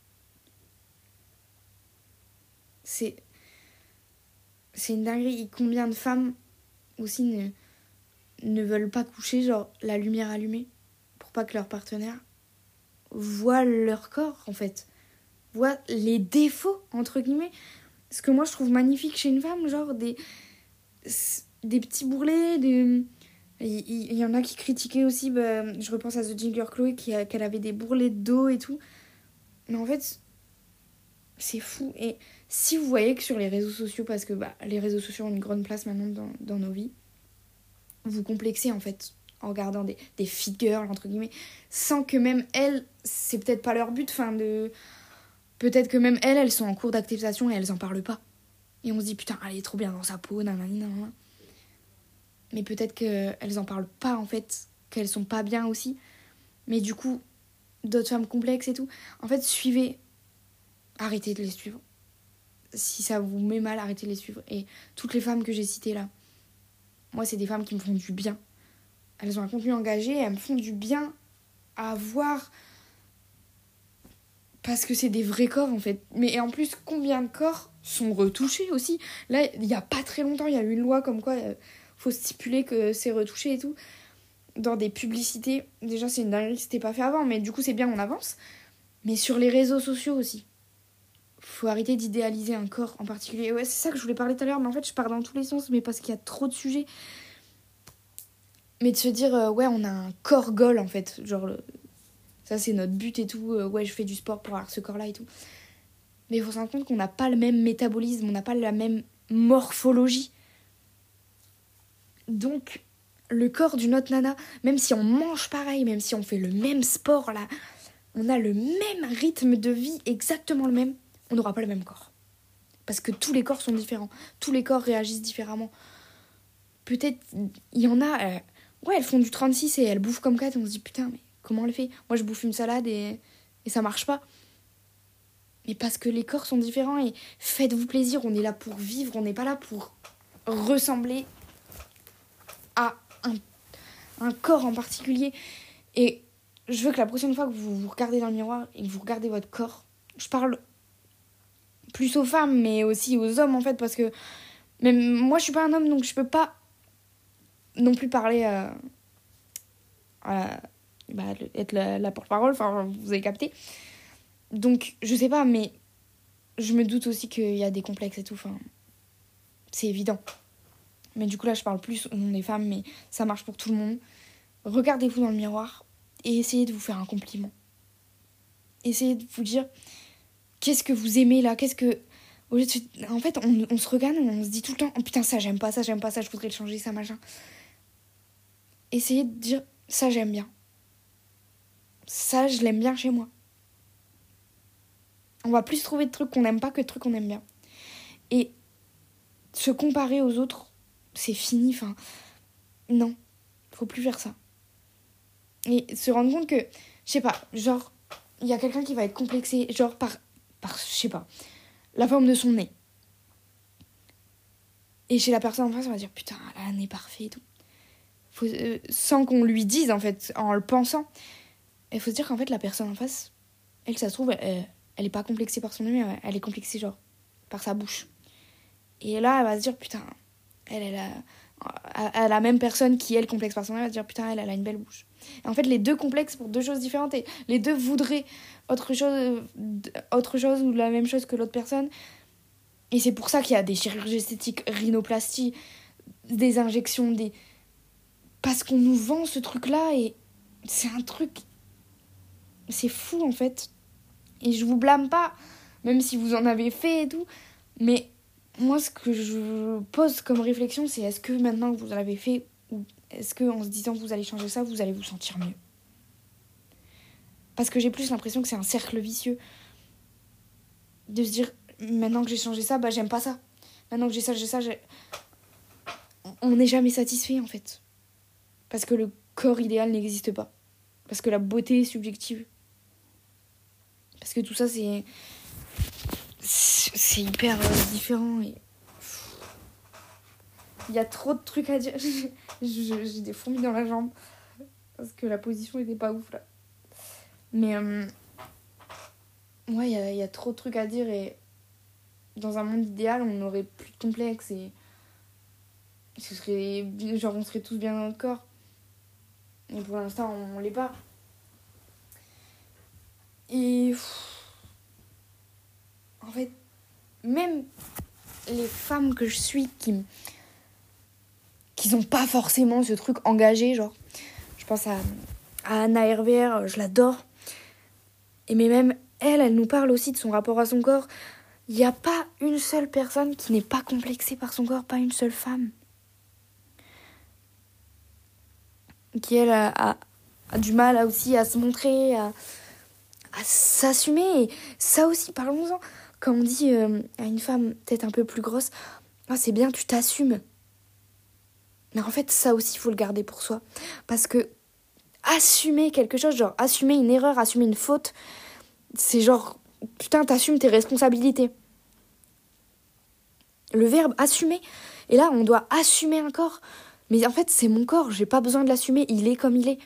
C'est une dinguerie. Et combien de femmes aussi ne veulent pas coucher, genre la lumière allumée, pour pas que leur partenaire voit leur corps, en fait. Voit les défauts, entre guillemets. Ce que moi, je trouve magnifique chez une femme, genre des petits bourrelets, Il y en a qui critiquaient aussi, je repense à The Ginger Chloé, qu'elle avait des bourrelets de dos et tout. Mais en fait, c'est fou. Et si vous voyez que sur les réseaux sociaux, parce que les réseaux sociaux ont une grande place maintenant dans nos vies, vous complexez en fait en regardant des fit girls, entre guillemets, sans que même elles, c'est peut-être pas leur but, peut-être que même elles sont en cours d'acceptation et elles en parlent pas. Et on se dit, putain, elle est trop bien dans sa peau, nanana. Mais peut-être qu'elles en parlent pas, en fait, qu'elles sont pas bien aussi. Mais du coup, d'autres femmes complexes et tout, en fait, arrêtez de les suivre. Si ça vous met mal, arrêtez de les suivre. Et toutes les femmes que j'ai citées là, moi, c'est des femmes qui me font du bien. Elles ont un contenu engagé, elles me font du bien à voir. Parce que c'est des vrais corps, en fait. Mais en plus, combien de corps sont retouchés aussi ? Là, il y a pas très longtemps, il y a eu une loi comme quoi faut stipuler que c'est retouché et tout. Dans des publicités. Déjà, c'est une dinguerie, c'était pas fait avant, mais du coup, c'est bien, on avance. Mais sur les réseaux sociaux aussi. Faut arrêter d'idéaliser un corps en particulier. Ouais, c'est ça que je voulais parler tout à l'heure, mais en fait, je pars dans tous les sens, mais parce qu'il y a trop de sujets. Mais de se dire, ouais, on a un corps goal, en fait. Genre, ça, c'est notre but et tout. Ouais, je fais du sport pour avoir ce corps-là et tout. Mais il faut se rendre compte qu'on n'a pas le même métabolisme, on n'a pas la même morphologie. Donc, le corps d'une autre nana, même si on mange pareil, même si on fait le même sport, là, on a le même rythme de vie, exactement le même, on n'aura pas le même corps. Parce que tous les corps sont différents. Tous les corps réagissent différemment. Peut-être, il y en a... ouais, elles font du 36 et elles bouffent comme 4 et on se dit, putain, mais comment elle fait ? Moi, je bouffe une salade et ça marche pas. Mais parce que les corps sont différents et faites-vous plaisir. On est là pour vivre, on n'est pas là pour ressembler à un corps en particulier. Et je veux que la prochaine fois que vous vous regardez dans le miroir et que vous regardez votre corps, je parle plus aux femmes, mais aussi aux hommes, en fait, parce que même moi, je suis pas un homme, donc je peux pas non plus parler être la porte-parole, enfin, vous avez capté. Donc, je sais pas, mais je me doute aussi qu'il y a des complexes et tout, enfin, c'est évident. Mais du coup, là, je parle plus au nom des femmes, mais ça marche pour tout le monde. Regardez-vous dans le miroir et essayez de vous faire un compliment. Essayez de vous dire, qu'est-ce que vous aimez là ? Au lieu de... En fait, on se regarde et on se dit tout le temps, oh putain, ça, j'aime pas ça, je voudrais le changer, ça, machin. Essayez de dire, ça, j'aime bien. Ça, je l'aime bien chez moi. On va plus trouver de trucs qu'on n'aime pas que de trucs qu'on aime bien. Et se comparer aux autres, c'est fini, enfin... Non, faut plus faire ça. Et se rendre compte que, je sais pas, genre, il y a quelqu'un qui va être complexé, genre par je sais pas, la forme de son nez. Et chez la personne en face, on va dire, putain, elle a un nez parfait et tout. Sans qu'on lui dise, en fait, en le pensant. Il faut se dire qu'en fait, la personne en face, elle, ça se trouve, elle est pas complexée par son nez, mais elle est complexée, genre, par sa bouche. Et là, elle va se dire, putain, elle a la même personne qui, elle, complexe par son nez, elle va se dire, putain, elle a une belle bouche. Et en fait, les deux complexes pour deux choses différentes, et les deux voudraient autre chose ou la même chose que l'autre personne. Et c'est pour ça qu'il y a des chirurgies esthétiques, rhinoplastie, des injections, parce qu'on nous vend ce truc-là, et c'est un truc... C'est fou, en fait. Et je vous blâme pas, même si vous en avez fait et tout, mais moi, ce que je pose comme réflexion, c'est est-ce que maintenant que vous en avez fait, ou est-ce qu'en se disant que vous allez changer ça, vous allez vous sentir mieux ? Parce que j'ai plus l'impression que c'est un cercle vicieux. De se dire, maintenant que j'ai changé ça, j'aime pas ça. Maintenant que j'ai ça, on n'est jamais satisfait, en fait. Parce que le corps idéal n'existe pas. Parce que la beauté est subjective. Parce que tout ça, c'est hyper différent. Et... il y a trop de trucs à dire. J'ai des fourmis dans la jambe. Parce que la position n'était pas ouf, là. Mais Ouais, il y a trop de trucs à dire et dans un monde idéal, on n'aurait plus de complexes et ce serait genre on serait tous bien dans notre corps. Et pour l'instant, on l'est pas. Et en fait, même les femmes que je suis qui n'ont pas forcément ce truc engagé, genre, je pense à Anna Hervé, je l'adore. Et mais même elle nous parle aussi de son rapport à son corps. Il n'y a pas une seule personne qui n'est pas complexée par son corps, pas une seule femme. Qui, elle, a du mal aussi à se montrer, à s'assumer. Et ça aussi, parlons-en. Quand on dit à une femme peut-être un peu plus grosse, oh, c'est bien, tu t'assumes. Mais en fait, ça aussi, il faut le garder pour soi. Parce que assumer quelque chose, genre assumer une erreur, assumer une faute, c'est genre, putain, t'assumes tes responsabilités. Le verbe assumer. Et là, on doit assumer un corps. Mais en fait, c'est mon corps, j'ai pas besoin de l'assumer, il est comme il est.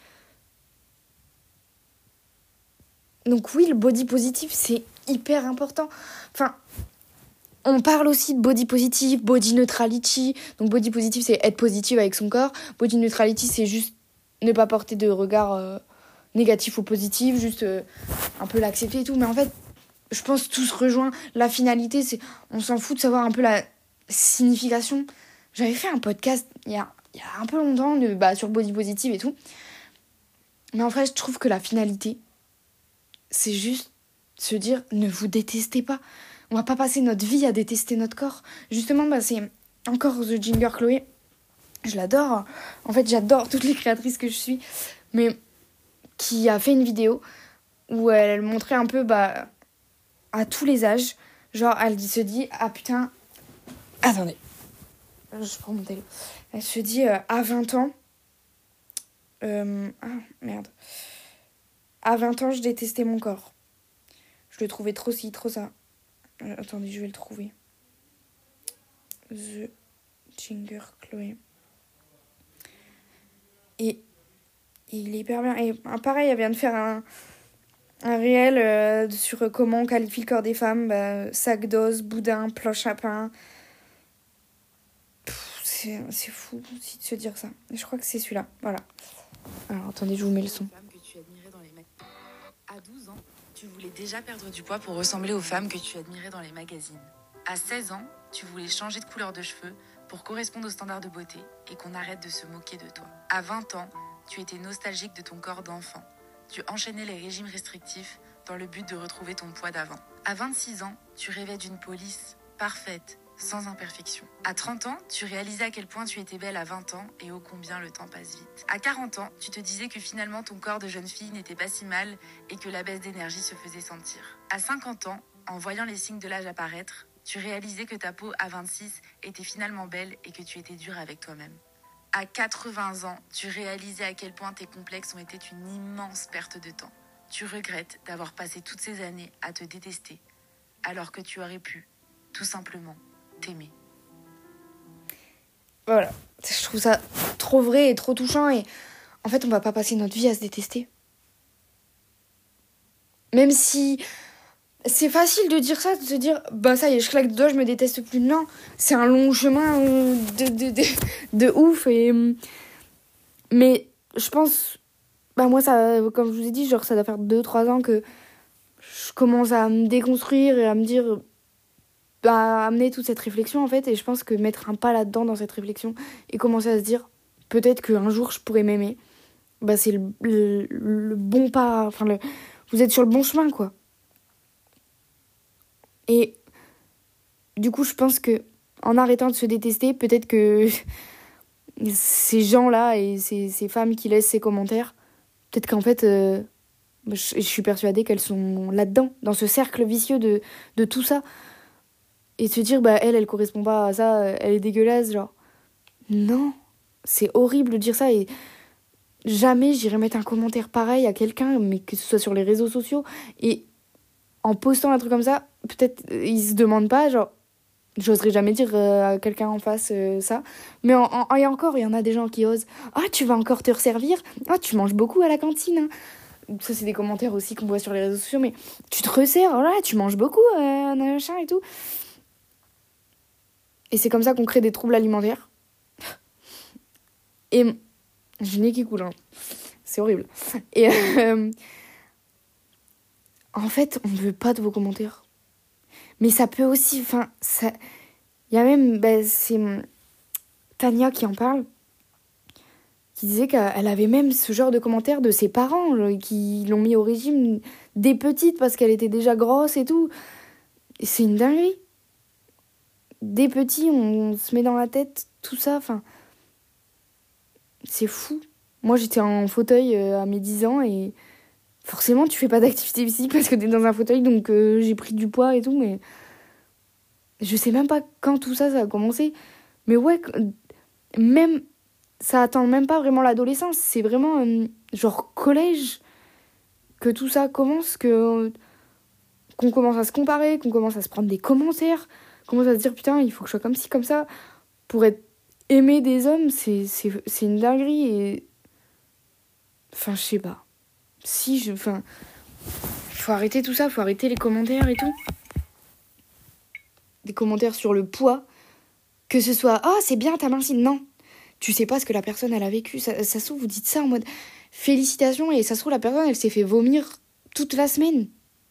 Donc oui, le body positive, c'est hyper important. Enfin, on parle aussi de body positive, body neutrality. Donc body positive, c'est être positive avec son corps. Body neutrality, c'est juste ne pas porter de regard négatif ou positif, juste un peu l'accepter et tout. Mais en fait, je pense que tout se rejoint. La finalité, c'est on s'en fout de savoir un peu la signification. J'avais fait un podcast il y a un peu longtemps sur body positive et tout. Mais en fait, je trouve que la finalité, c'est juste se dire ne vous détestez pas. On va pas passer notre vie à détester notre corps. Justement, c'est encore The Ginger Chloé. Je l'adore. En fait, j'adore toutes les créatrices que je suis. Mais qui a fait une vidéo où elle montrait un peu à tous les âges. Genre, elle se dit, ah putain... Attendez. Je prends mon téléphone. Elle se dit, à 20 ans... Ah, merde. À 20 ans, je détestais mon corps. Je le trouvais trop ci, trop ça. Attendez, je vais le trouver. The Ginger Chloé. Et il est hyper bien. Et pareil, elle vient de faire un réel sur comment on qualifie le corps des femmes. Sac d'os, boudin, planche à pain. C'est fou aussi de se dire ça. Et je crois que c'est celui-là. Voilà. Alors attendez, je vous mets le son. À 12 ans, tu voulais déjà perdre du poids pour ressembler aux femmes que tu admirais dans les magazines. À 16 ans, tu voulais changer de couleur de cheveux pour correspondre aux standards de beauté et qu'on arrête de se moquer de toi. À 20 ans, tu étais nostalgique de ton corps d'enfant. Tu enchaînais les régimes restrictifs dans le but de retrouver ton poids d'avant. À 26 ans, tu rêvais d'une police parfaite, sans imperfection. À 30 ans, tu réalisais à quel point tu étais belle à 20 ans et ô combien le temps passe vite. À 40 ans, tu te disais que finalement ton corps de jeune fille n'était pas si mal et que la baisse d'énergie se faisait sentir. À 50 ans, en voyant les signes de l'âge apparaître, tu réalisais que ta peau à 26 était finalement belle et que tu étais dure avec toi-même. À 80 ans, tu réalisais à quel point tes complexes ont été une immense perte de temps. Tu regrettes d'avoir passé toutes ces années à te détester, alors que tu aurais pu, tout simplement, t'aimer. Voilà, je trouve ça trop vrai et trop touchant et en fait on va pas passer notre vie à se détester. Même si c'est facile de dire ça, de se dire ça y est, je claque des doigts, je me déteste plus. Non, c'est un long chemin de ouf mais je pense moi ça, comme je vous ai dit, genre ça doit faire 2-3 ans que je commence à me déconstruire et à me dire amener toute cette réflexion en fait, et je pense que mettre un pas là-dedans dans cette réflexion et commencer à se dire peut-être qu'un jour je pourrais m'aimer, c'est le bon pas, vous êtes sur le bon chemin quoi. Et du coup je pense que en arrêtant de se détester, peut-être que ces gens-là et ces femmes qui laissent ces commentaires, peut-être qu'en fait je suis persuadée qu'elles sont là-dedans, dans ce cercle vicieux de tout ça. Et se dire, elle correspond pas à ça, elle est dégueulasse, genre. Non, c'est horrible de dire ça et jamais j'irai mettre un commentaire pareil à quelqu'un, mais que ce soit sur les réseaux sociaux. Et en postant un truc comme ça, peut-être ils se demandent pas, genre, j'oserais jamais dire à quelqu'un en face ça. Mais et encore, il y en a des gens qui osent. Ah, tu vas encore te resservir ? Ah, tu manges beaucoup à la cantine, hein. Ça, c'est des commentaires aussi qu'on voit sur les réseaux sociaux, mais tu te resserres, voilà, tu manges beaucoup, machin et tout. Et c'est comme ça qu'on crée des troubles alimentaires. Et j'ai le nez qui coule, hein. C'est horrible. Et en fait, on ne veut pas de vos commentaires. Mais ça peut aussi... Enfin, ça... Il y a même... c'est Tania qui en parle, qui disait qu'elle avait même ce genre de commentaires de ses parents, qui l'ont mis au régime dès petite parce qu'elle était déjà grosse et tout. Et c'est une dinguerie. Dès petit, on se met dans la tête tout ça. Enfin, c'est fou. Moi, j'étais en fauteuil à mes 10 ans et forcément, tu fais pas d'activité physique parce que t'es dans un fauteuil, donc j'ai pris du poids et tout, mais je sais même pas quand tout ça a commencé. Mais ouais, même, ça attend même pas vraiment l'adolescence, c'est vraiment genre collège que tout ça commence, qu'on commence à se comparer, qu'on commence à se prendre des commentaires, qu'on commence à se dire putain, il faut que je sois comme ci, comme ça, pour être aimé des hommes, c'est une dinguerie et... Enfin, je sais pas. Enfin, faut arrêter tout ça, faut arrêter les commentaires et tout. Des commentaires sur le poids, que ce soit « Oh, c'est bien, t'as minci !» Non, tu sais pas ce que la personne, elle a vécu. Ça se trouve, vous dites ça en mode « Félicitations !» et ça se trouve, la personne, elle s'est fait vomir toute la semaine.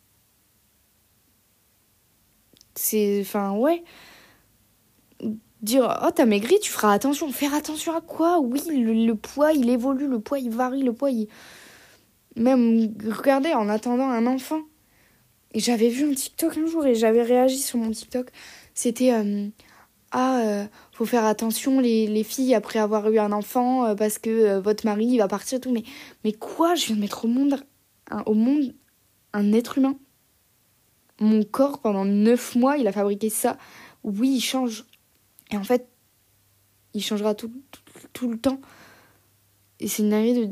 C'est... Enfin, ouais. Dire « Oh, t'as maigri, tu feras attention. » Faire attention à quoi? Oui, le poids, il évolue, le poids, il varie, le poids, il... Même, regardez, en attendant un enfant. Et j'avais vu un TikTok un jour et j'avais réagi sur mon TikTok. C'était... faut faire attention les filles après avoir eu un enfant parce que votre mari il va partir et tout. Mais quoi? Je viens de mettre au monde un être humain. Mon corps, pendant 9 mois, il a fabriqué ça. Oui, il change. Et en fait, il changera tout le temps. Et c'est une dinguerie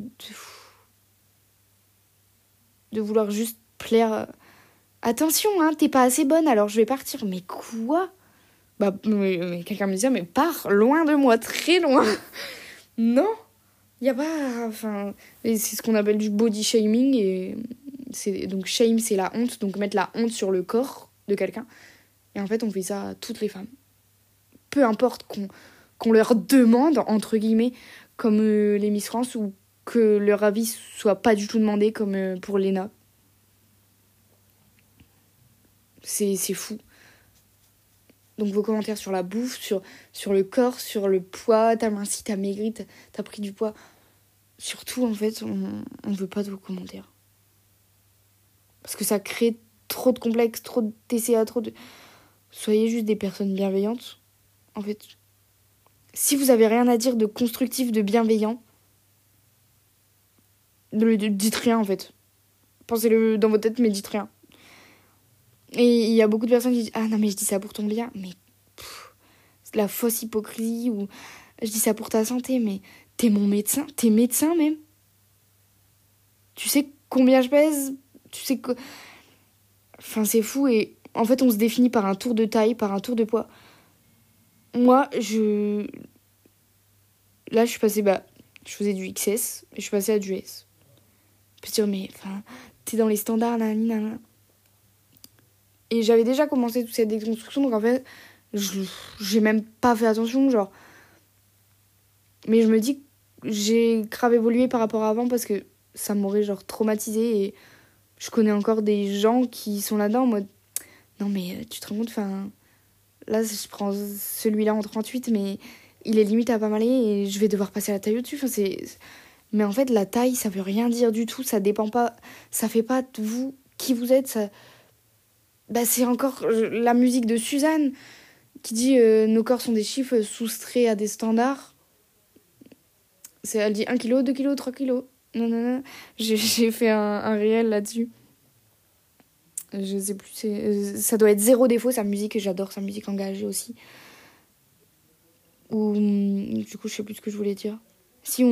de vouloir juste plaire. Attention, hein, t'es pas assez bonne, alors je vais partir. Mais quoi? Mais quelqu'un me disait, mais pars loin de moi, très loin. Non, il y a pas... Enfin, c'est ce qu'on appelle du body shaming. Et donc shame, c'est la honte. Donc mettre la honte sur le corps de quelqu'un. Et en fait, on fait ça à toutes les femmes. Peu importe qu'on leur demande, entre guillemets, comme les Miss France, ou que leur avis soit pas du tout demandé, comme pour Léna. C'est fou. Donc vos commentaires sur la bouffe, sur le corps, sur le poids, t'as minci, t'as maigri, t'as pris du poids. Surtout, en fait, on veut pas de vos commentaires. Parce que ça crée trop de complexes, trop de TCA, Soyez juste des personnes bienveillantes. En fait, si vous avez rien à dire de constructif, de bienveillant, dites rien, en fait. Pensez-le dans votre tête, mais dites rien. Et il y a beaucoup de personnes qui disent « Ah non, mais je dis ça pour ton bien. » Mais c'est de la fausse hypocrisie. Ou je dis ça pour ta santé, mais t'es mon médecin. T'es médecin, même. Tu sais combien je pèse? Tu sais que... Enfin, c'est fou. Et en fait, on se définit par un tour de taille, par un tour de poids. Moi, Là, je suis passée... je faisais du XS et je suis passée à du S. Je peux te dire, mais... Enfin, t'es dans les standards, nanana. Et j'avais déjà commencé toute cette déconstruction, donc en fait, j'ai même pas fait attention, genre. Mais je me dis que j'ai grave évolué par rapport à avant parce que ça m'aurait, genre, traumatisée. Et je connais encore des gens qui sont là-dedans en mode... Non, mais tu te rends compte, enfin... Là, je prends celui-là en 38, mais il est limite à pas m'aller et je vais devoir passer à la taille au-dessus. Enfin, mais en fait, la taille, ça veut rien dire du tout. Ça dépend pas... Ça fait pas de vous qui vous êtes, ça... c'est encore la musique de Suzanne qui dit nos corps sont des chiffres soustraits à des standards. Elle dit 1 kg, 2 kg, 3 kg. Non. J'ai fait un réel là-dessus. Je sais plus. Ça doit être zéro défaut, sa musique. J'adore sa musique engagée aussi. Ou du coup, je sais plus ce que je voulais dire. Si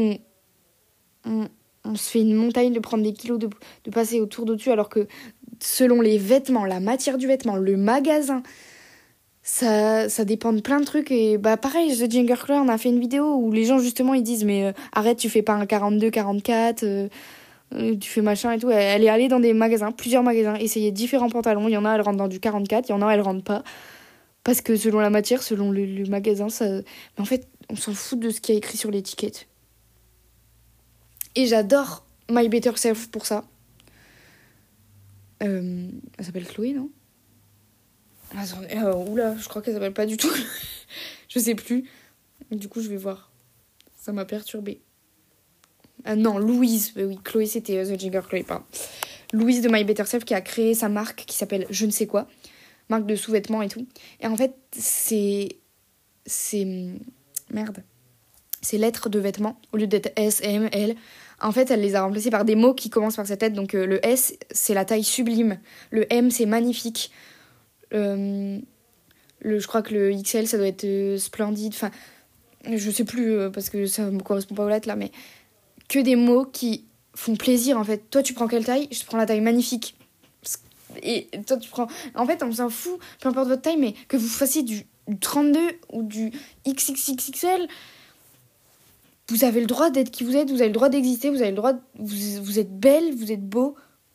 on se fait une montagne de prendre des kilos, de passer autour d'au-dessus, alors que selon les vêtements, la matière du vêtement, le magasin, ça dépend de plein de trucs. Et pareil, The Ginger Claw, on a fait une vidéo où les gens justement ils disent mais arrête, tu fais pas un 42, 44, tu fais machin et tout. Elle est allée dans des magasins, plusieurs magasins, essayer différents pantalons. Il y en a, elle rentre dans du 44, il y en a, elle rentre pas. Parce que selon la matière, selon le magasin, ça... Mais en fait, on s'en fout de ce qu'il y a écrit sur l'étiquette. Et j'adore My Better Self pour ça. Elle s'appelle Chloé, non? Oula, je crois qu'elle s'appelle pas du tout. Je sais plus. Du coup, je vais voir. Ça m'a perturbée. Ah non, Louise. Oui, Chloé, c'était The Ginger Chloé, pardon. Louise de My Better Self qui a créé sa marque qui s'appelle Je ne sais quoi. Marque de sous-vêtements et tout. Et en fait, c'est merde. Ces lettres de vêtements, au lieu d'être S, M, L, en fait, elle les a remplacées par des mots qui commencent par cette lettre. Donc, le S, c'est la taille sublime. Le M, c'est magnifique. Je crois que le XL, ça doit être splendide. Enfin, je sais plus, parce que ça me correspond pas aux lettres, là, mais que des mots qui font plaisir, en fait. Toi, tu prends quelle taille? Je prends la taille magnifique. Et toi, tu prends... En fait, on s'en fout, peu importe votre taille, mais que vous fassiez du 32 ou du XXXL... Vous avez le droit d'être qui vous êtes, vous avez le droit d'exister, vous avez le droit... Vous êtes belle, vous êtes beau.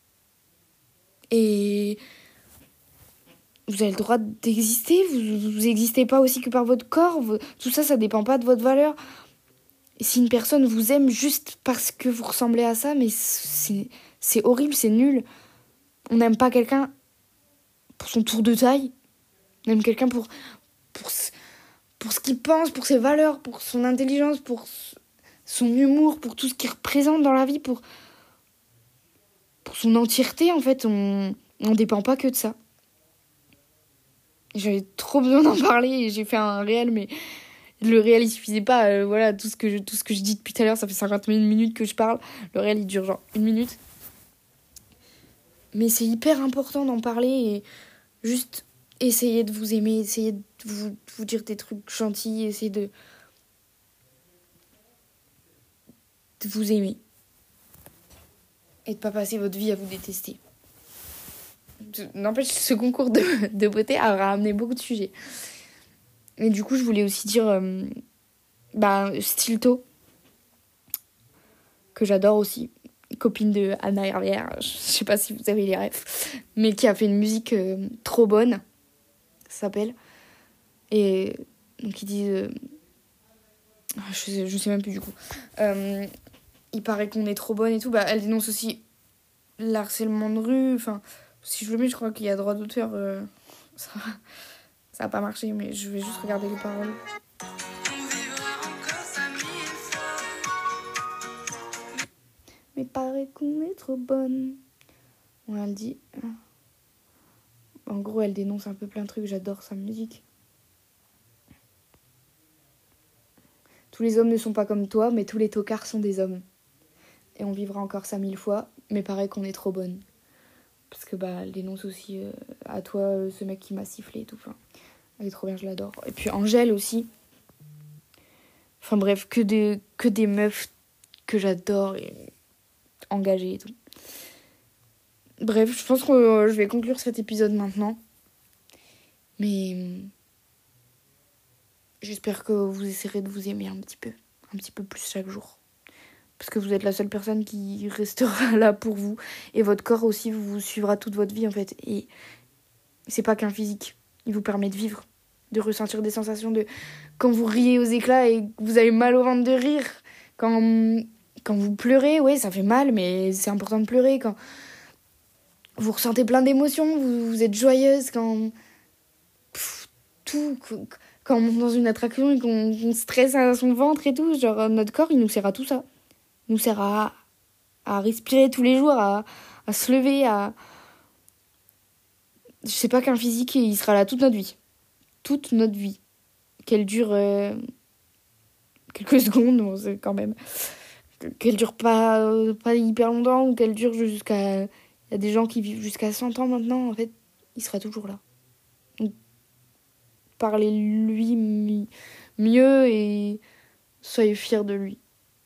Et... Vous avez le droit d'exister, vous existez pas aussi que par votre corps. Tout ça, ça dépend pas de votre valeur. Et si une personne vous aime juste parce que vous ressemblez à ça, mais c'est horrible, c'est nul. On n'aime pas quelqu'un pour son tour de taille. On aime quelqu'un pour ce qu'il pense, pour ses valeurs, pour son intelligence, pour son humour, pour tout ce qu'il représente dans la vie, pour son entièreté, en fait. On dépend pas que de ça. J'avais trop besoin d'en parler et j'ai fait un réel, mais le réel il suffisait pas. Voilà, tout ce que je dis depuis tout à l'heure, ça fait 51 minutes que je parle. Le réel il dure genre 1 minute. Mais c'est hyper important d'en parler et juste essayer de vous aimer, essayer de vous dire des trucs gentils, essayer de vous aimer. Et de pas passer votre vie à vous détester. N'empêche, ce concours de beauté a ramené beaucoup de sujets. Et du coup, je voulais aussi dire Stilto, que j'adore aussi, copine de Anna Hervière, je sais pas si vous avez les refs, mais qui a fait une musique trop bonne, ça s'appelle. Et donc ils disent... je sais même plus du coup. Il paraît qu'on est trop bonne et tout. Bah, elle dénonce aussi l'harcèlement de rue. Enfin, si je le mets, je crois qu'il y a droit d'auteur. Ça a pas marché, mais je vais juste regarder les paroles. Mais paraît qu'on est trop bonne. Ouais, elle dit... En gros, elle dénonce un peu plein de trucs. J'adore sa musique. Tous les hommes ne sont pas comme toi, mais tous les tocards sont des hommes. Et on vivra encore ça 1000 fois, mais paraît qu'on est trop bonne. Parce que elle dénonce aussi à toi, ce mec qui m'a sifflé et tout. Enfin, elle est trop bien, je l'adore. Et puis Angèle aussi. Enfin bref, que des meufs que j'adore et engagées et tout. Bref, je pense que je vais conclure cet épisode maintenant. Mais j'espère que vous essaierez de vous aimer un petit peu plus chaque jour. Parce que vous êtes la seule personne qui restera là pour vous. Et votre corps aussi vous suivra toute votre vie en fait. Et c'est pas qu'un physique. Il vous permet de vivre, de ressentir des sensations de... Quand vous riez aux éclats et que vous avez mal au ventre de rire. Quand vous pleurez, ouais, ça fait mal, mais c'est important de pleurer. Quand vous ressentez plein d'émotions, vous êtes joyeuse. Quand on monte dans une attraction et qu'on stresse à son ventre et tout. Genre, notre corps, il nous sert à tout ça. Il nous sert à respirer tous les jours, à se lever, Je sais pas qu'un physique, il sera là toute notre vie. Toute notre vie. Qu'elle dure quelques secondes, bon, c'est quand même... Qu'elle dure pas hyper longtemps, ou qu'elle dure jusqu'à... Il y a des gens qui vivent jusqu'à 100 ans maintenant, en fait, il sera toujours là. Donc, parlez-lui mieux et soyez fiers de lui.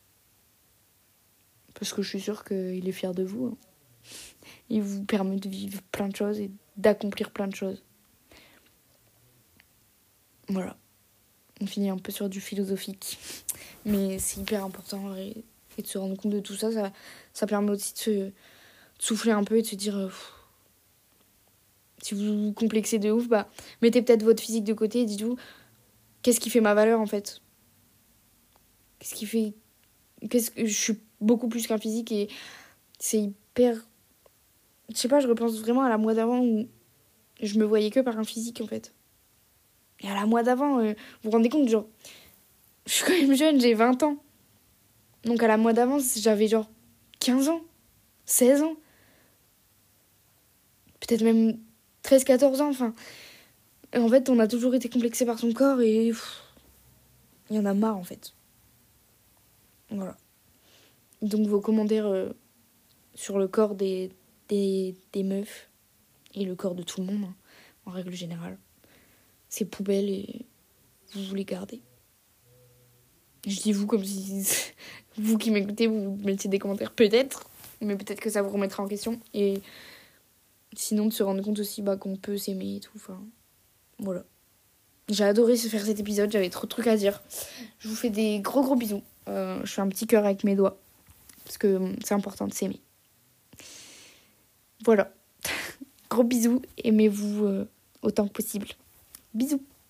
Parce que je suis sûre qu'il est fier de vous. Hein. Il vous permet de vivre plein de choses et d'accomplir plein de choses. Voilà. On finit un peu sur du philosophique. Mais c'est hyper important et Et de se rendre compte de tout ça, ça permet aussi de souffler un peu et de se dire... si vous vous complexez de ouf, bah, mettez peut-être votre physique de côté et dites-vous, qu'est-ce qui fait ma valeur, en fait ? Qu'est-ce qui fait... je suis beaucoup plus qu'un physique et c'est hyper... Je sais pas, je repense vraiment à la moi d'avant où je me voyais que par un physique, en fait. Et à la moi d'avant, vous vous rendez compte, genre... Je suis quand même jeune, j'ai 20 ans. Donc à la moi d'avant, j'avais genre 15 ans, 16 ans. Peut-être même 13-14 ans, enfin... Et en fait, on a toujours été complexé par son corps et... il y en a marre, en fait. Voilà. Donc vos commentaires sur le corps des meufs et le corps de tout le monde, hein, en règle générale, c'est poubelle et vous les gardez. Je dis vous comme si vous qui m'écoutez, vous mettiez des commentaires peut-être, mais peut-être que ça vous remettra en question. Et sinon de se rendre compte aussi qu'on peut s'aimer et tout. Enfin, voilà. J'ai adoré faire cet épisode, j'avais trop de trucs à dire. Je vous fais des gros bisous. Je fais un petit cœur avec mes doigts. Parce que c'est important de s'aimer. Voilà. Gros bisous, aimez-vous autant que possible. Bisous.